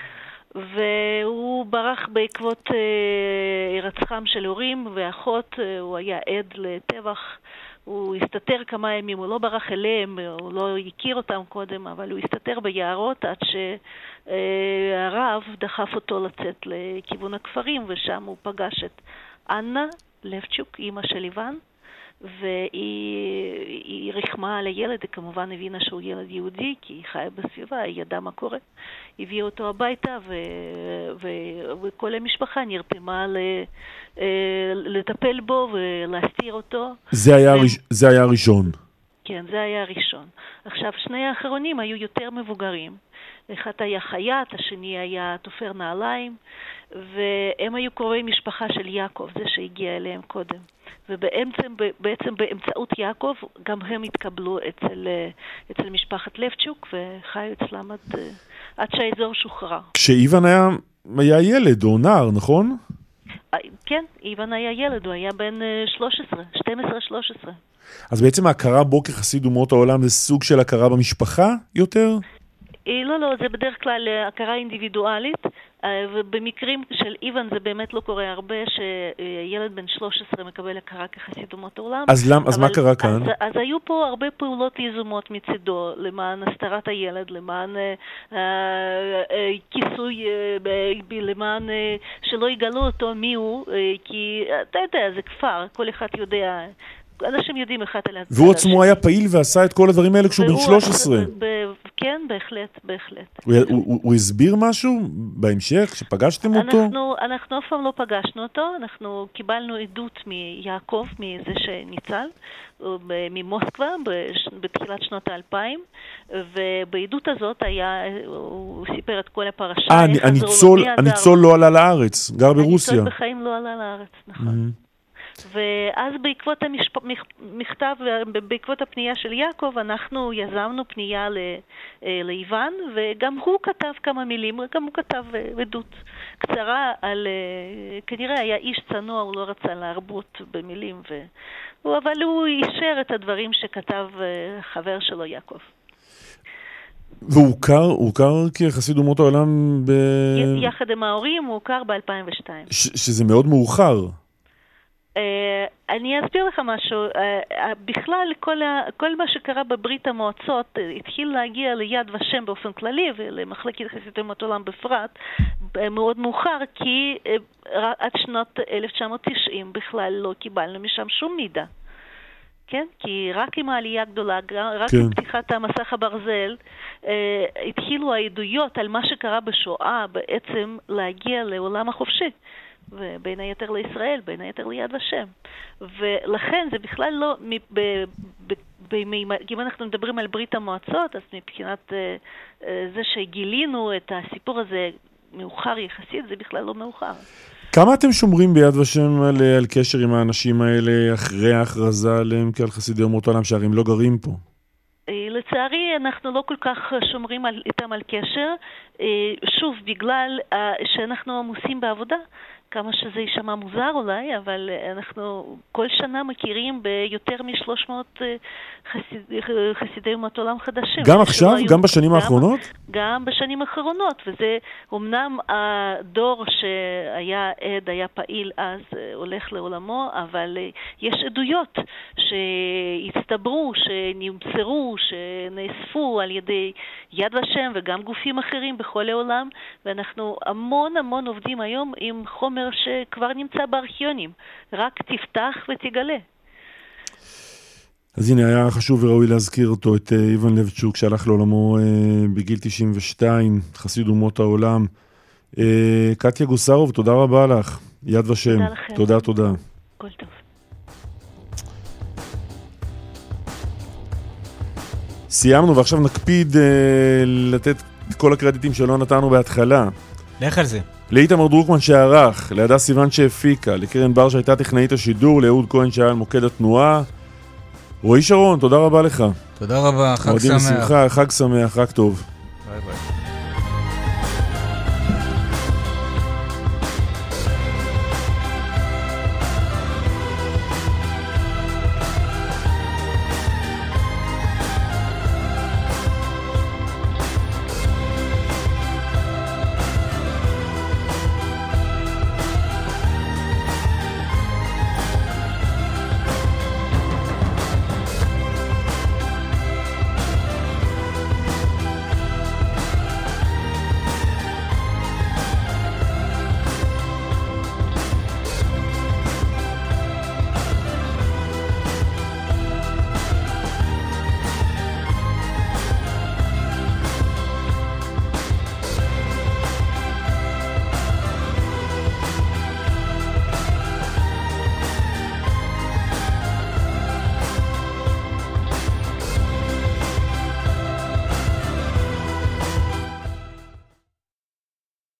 Speaker 12: והוא ברח בעקבות רצחם של הורים ואחות, הוא היה עד לטבח. הוא הסתתר כמה ימים, הוא לא ברח אליהם, הוא לא הכיר אותם קודם, אבל הוא הסתתר ביערות עד שהרב דחף אותו לצאת לכיוון הכפרים, ושם הוא פגש את אנה לבצ'וק, אמא של איוון, והיא רחמה על הילד, היא כמובן הבינה שהוא ילד יהודי, כי היא חיה בסביבה, היא ידעה מה קורה. הביאה אותו הביתה, וכל המשפחה נרתמה לטפל בו ולהסתיר אותו.
Speaker 3: זה היה הראשון.
Speaker 12: כן, זה היה הראשון. עכשיו, 2 האחרונים היו יותר מבוגרים. אחד היה חייט, השני היה תופר נעליים, והם היו קרובי משפחה של יעקב, זה שהגיע אליהם קודם. ובעצם באמצעות יעקב גם הם התקבלו אצל משפחת לבצ'וק וחיו אצלם עד שהאזור שוחרר.
Speaker 3: כשאיוון היה ילד או נער, נכון?
Speaker 12: כן, איוון היה ילד, הוא היה בן 12-13.
Speaker 3: אז בעצם ההכרה בו כחסיד אומות העולם זה סוג של הכרה במשפחה יותר?
Speaker 12: לא, זה בדרך כלל הכרה אינדיבידואלית, ובמקרים של איוון זה באמת לא קורה הרבה שילד בן 13 מקבל הכרה כחסיד אומות העולם.
Speaker 3: אז מה קרה כאן?
Speaker 12: אז היו פה הרבה פעולות יזומות מצידו, למען הסתרת הילד, למען כיסוי, למען שלא יגלו אותו מי הוא, כי אתה יודע, זה כפר, כל אחד יודע... אנשים יודעים אחד על הצד.
Speaker 3: והוא עצמו היה פעיל ועשה את כל הדברים האלה כשהוא בן 13.
Speaker 12: כן, בהחלט.
Speaker 3: הוא הסביר משהו בהמשך כשפגשתם אותו?
Speaker 12: אנחנו אף פעם לא פגשנו אותו, אנחנו קיבלנו עדות מיעקב, מזה שניצל, ממוסקבה בתחילת שנות ה-2000, ובעדות הזאת הוא סיפר את כל הפרשה.
Speaker 3: הניצול לא עלה לארץ, גר ברוסיה.
Speaker 12: הניצול בחיים לא עלה לארץ, נכון. ואז בעקבות המכתב, בעקבות הפנייה של יעקב, אנחנו יזמנו פנייה ליוון, וגם הוא כתב כמה מילים, גם הוא כתב עדות קצרה על, כנראה היה איש צנוע, הוא לא רצה להרבות במילים, אבל הוא אישר את הדברים שכתב חבר שלו יעקב.
Speaker 3: והוא הוכר כחסיד אומות העולם
Speaker 12: יחד עם ההורים, הוא הוכר ב-2002.
Speaker 3: שזה מאוד מאוחר.
Speaker 12: אני אסביר לך משהו. בכלל, כל מה שקרה בברית המועצות התחיל להגיע ליד ושם באופן כללי, ולמחלקת חסידות אומות העולם בפרט, מאוד מאוחר, כי עד שנות 1990 בכלל לא קיבלנו משם שום מידע. כן? כי רק עם העלייה הגדולה, רק עם פתיחת המסך הברזל, התחילו העדויות על מה שקרה בשואה בעצם להגיע לעולם החופשי. ובין היתר לישראל, בין היתר ליד ושם. ולכן זה בכלל לא, אם אנחנו מדברים על ברית המועצות, אז מבחינת זה שגילינו את הסיפור הזה מאוחר יחסית, זה בכלל לא מאוחר.
Speaker 3: כמה אתם שומרים ביד ושם על קשר עם האנשים האלה אחרי ההכרזה עליהם כעל חסידי אומות העולם שהרי הם לא גרים פה?
Speaker 12: לצערי אנחנו לא כל כך שומרים איתם על קשר, שוב בגלל שאנחנו עמוסים בעבודה, כמה שזה יישמע מוזר אולי, אבל אנחנו כל שנה מכירים ביותר מ-300 חסידי אומות עולם חדשים.
Speaker 3: גם עכשיו? גם בשנים האחרונות?
Speaker 12: גם בשנים האחרונות, וזה אומנם הדור שהיה עד, היה פעיל אז, הולך לעולמו, אבל יש עדויות שהצטברו, שנמסרו, שנאספו על ידי יד ושם וגם גופים אחרים בכל העולם, ואנחנו המון עובדים היום עם חומר שכבר נמצא בארכיונים. רק תפתח ותגלה.
Speaker 3: אז הנה, היה חשוב וראוי להזכיר אותו, את איוון לבצ'וק, שהלך לעולמו בגיל 92, חסיד אומות העולם. קטיה גוסרוב, תודה רבה לך. יד ושם.
Speaker 12: תודה לכם.
Speaker 3: תודה.
Speaker 12: כל טוב.
Speaker 3: סיימנו, ועכשיו נקפיד לתת את כל הקרדיטים שלא נתנו בהתחלה.
Speaker 2: לך על זה.
Speaker 3: לאיתמר דרוקמן שערך, לידה סיוון שהפיקה, לקרן בר שהייתה טכנאית השידור, לאהוד כהן שהיה על מוקד התנועה. רועי שרון, תודה רבה לך.
Speaker 2: תודה רבה, חג שמח.
Speaker 3: חג שמח, רק טוב.
Speaker 2: ביי ביי.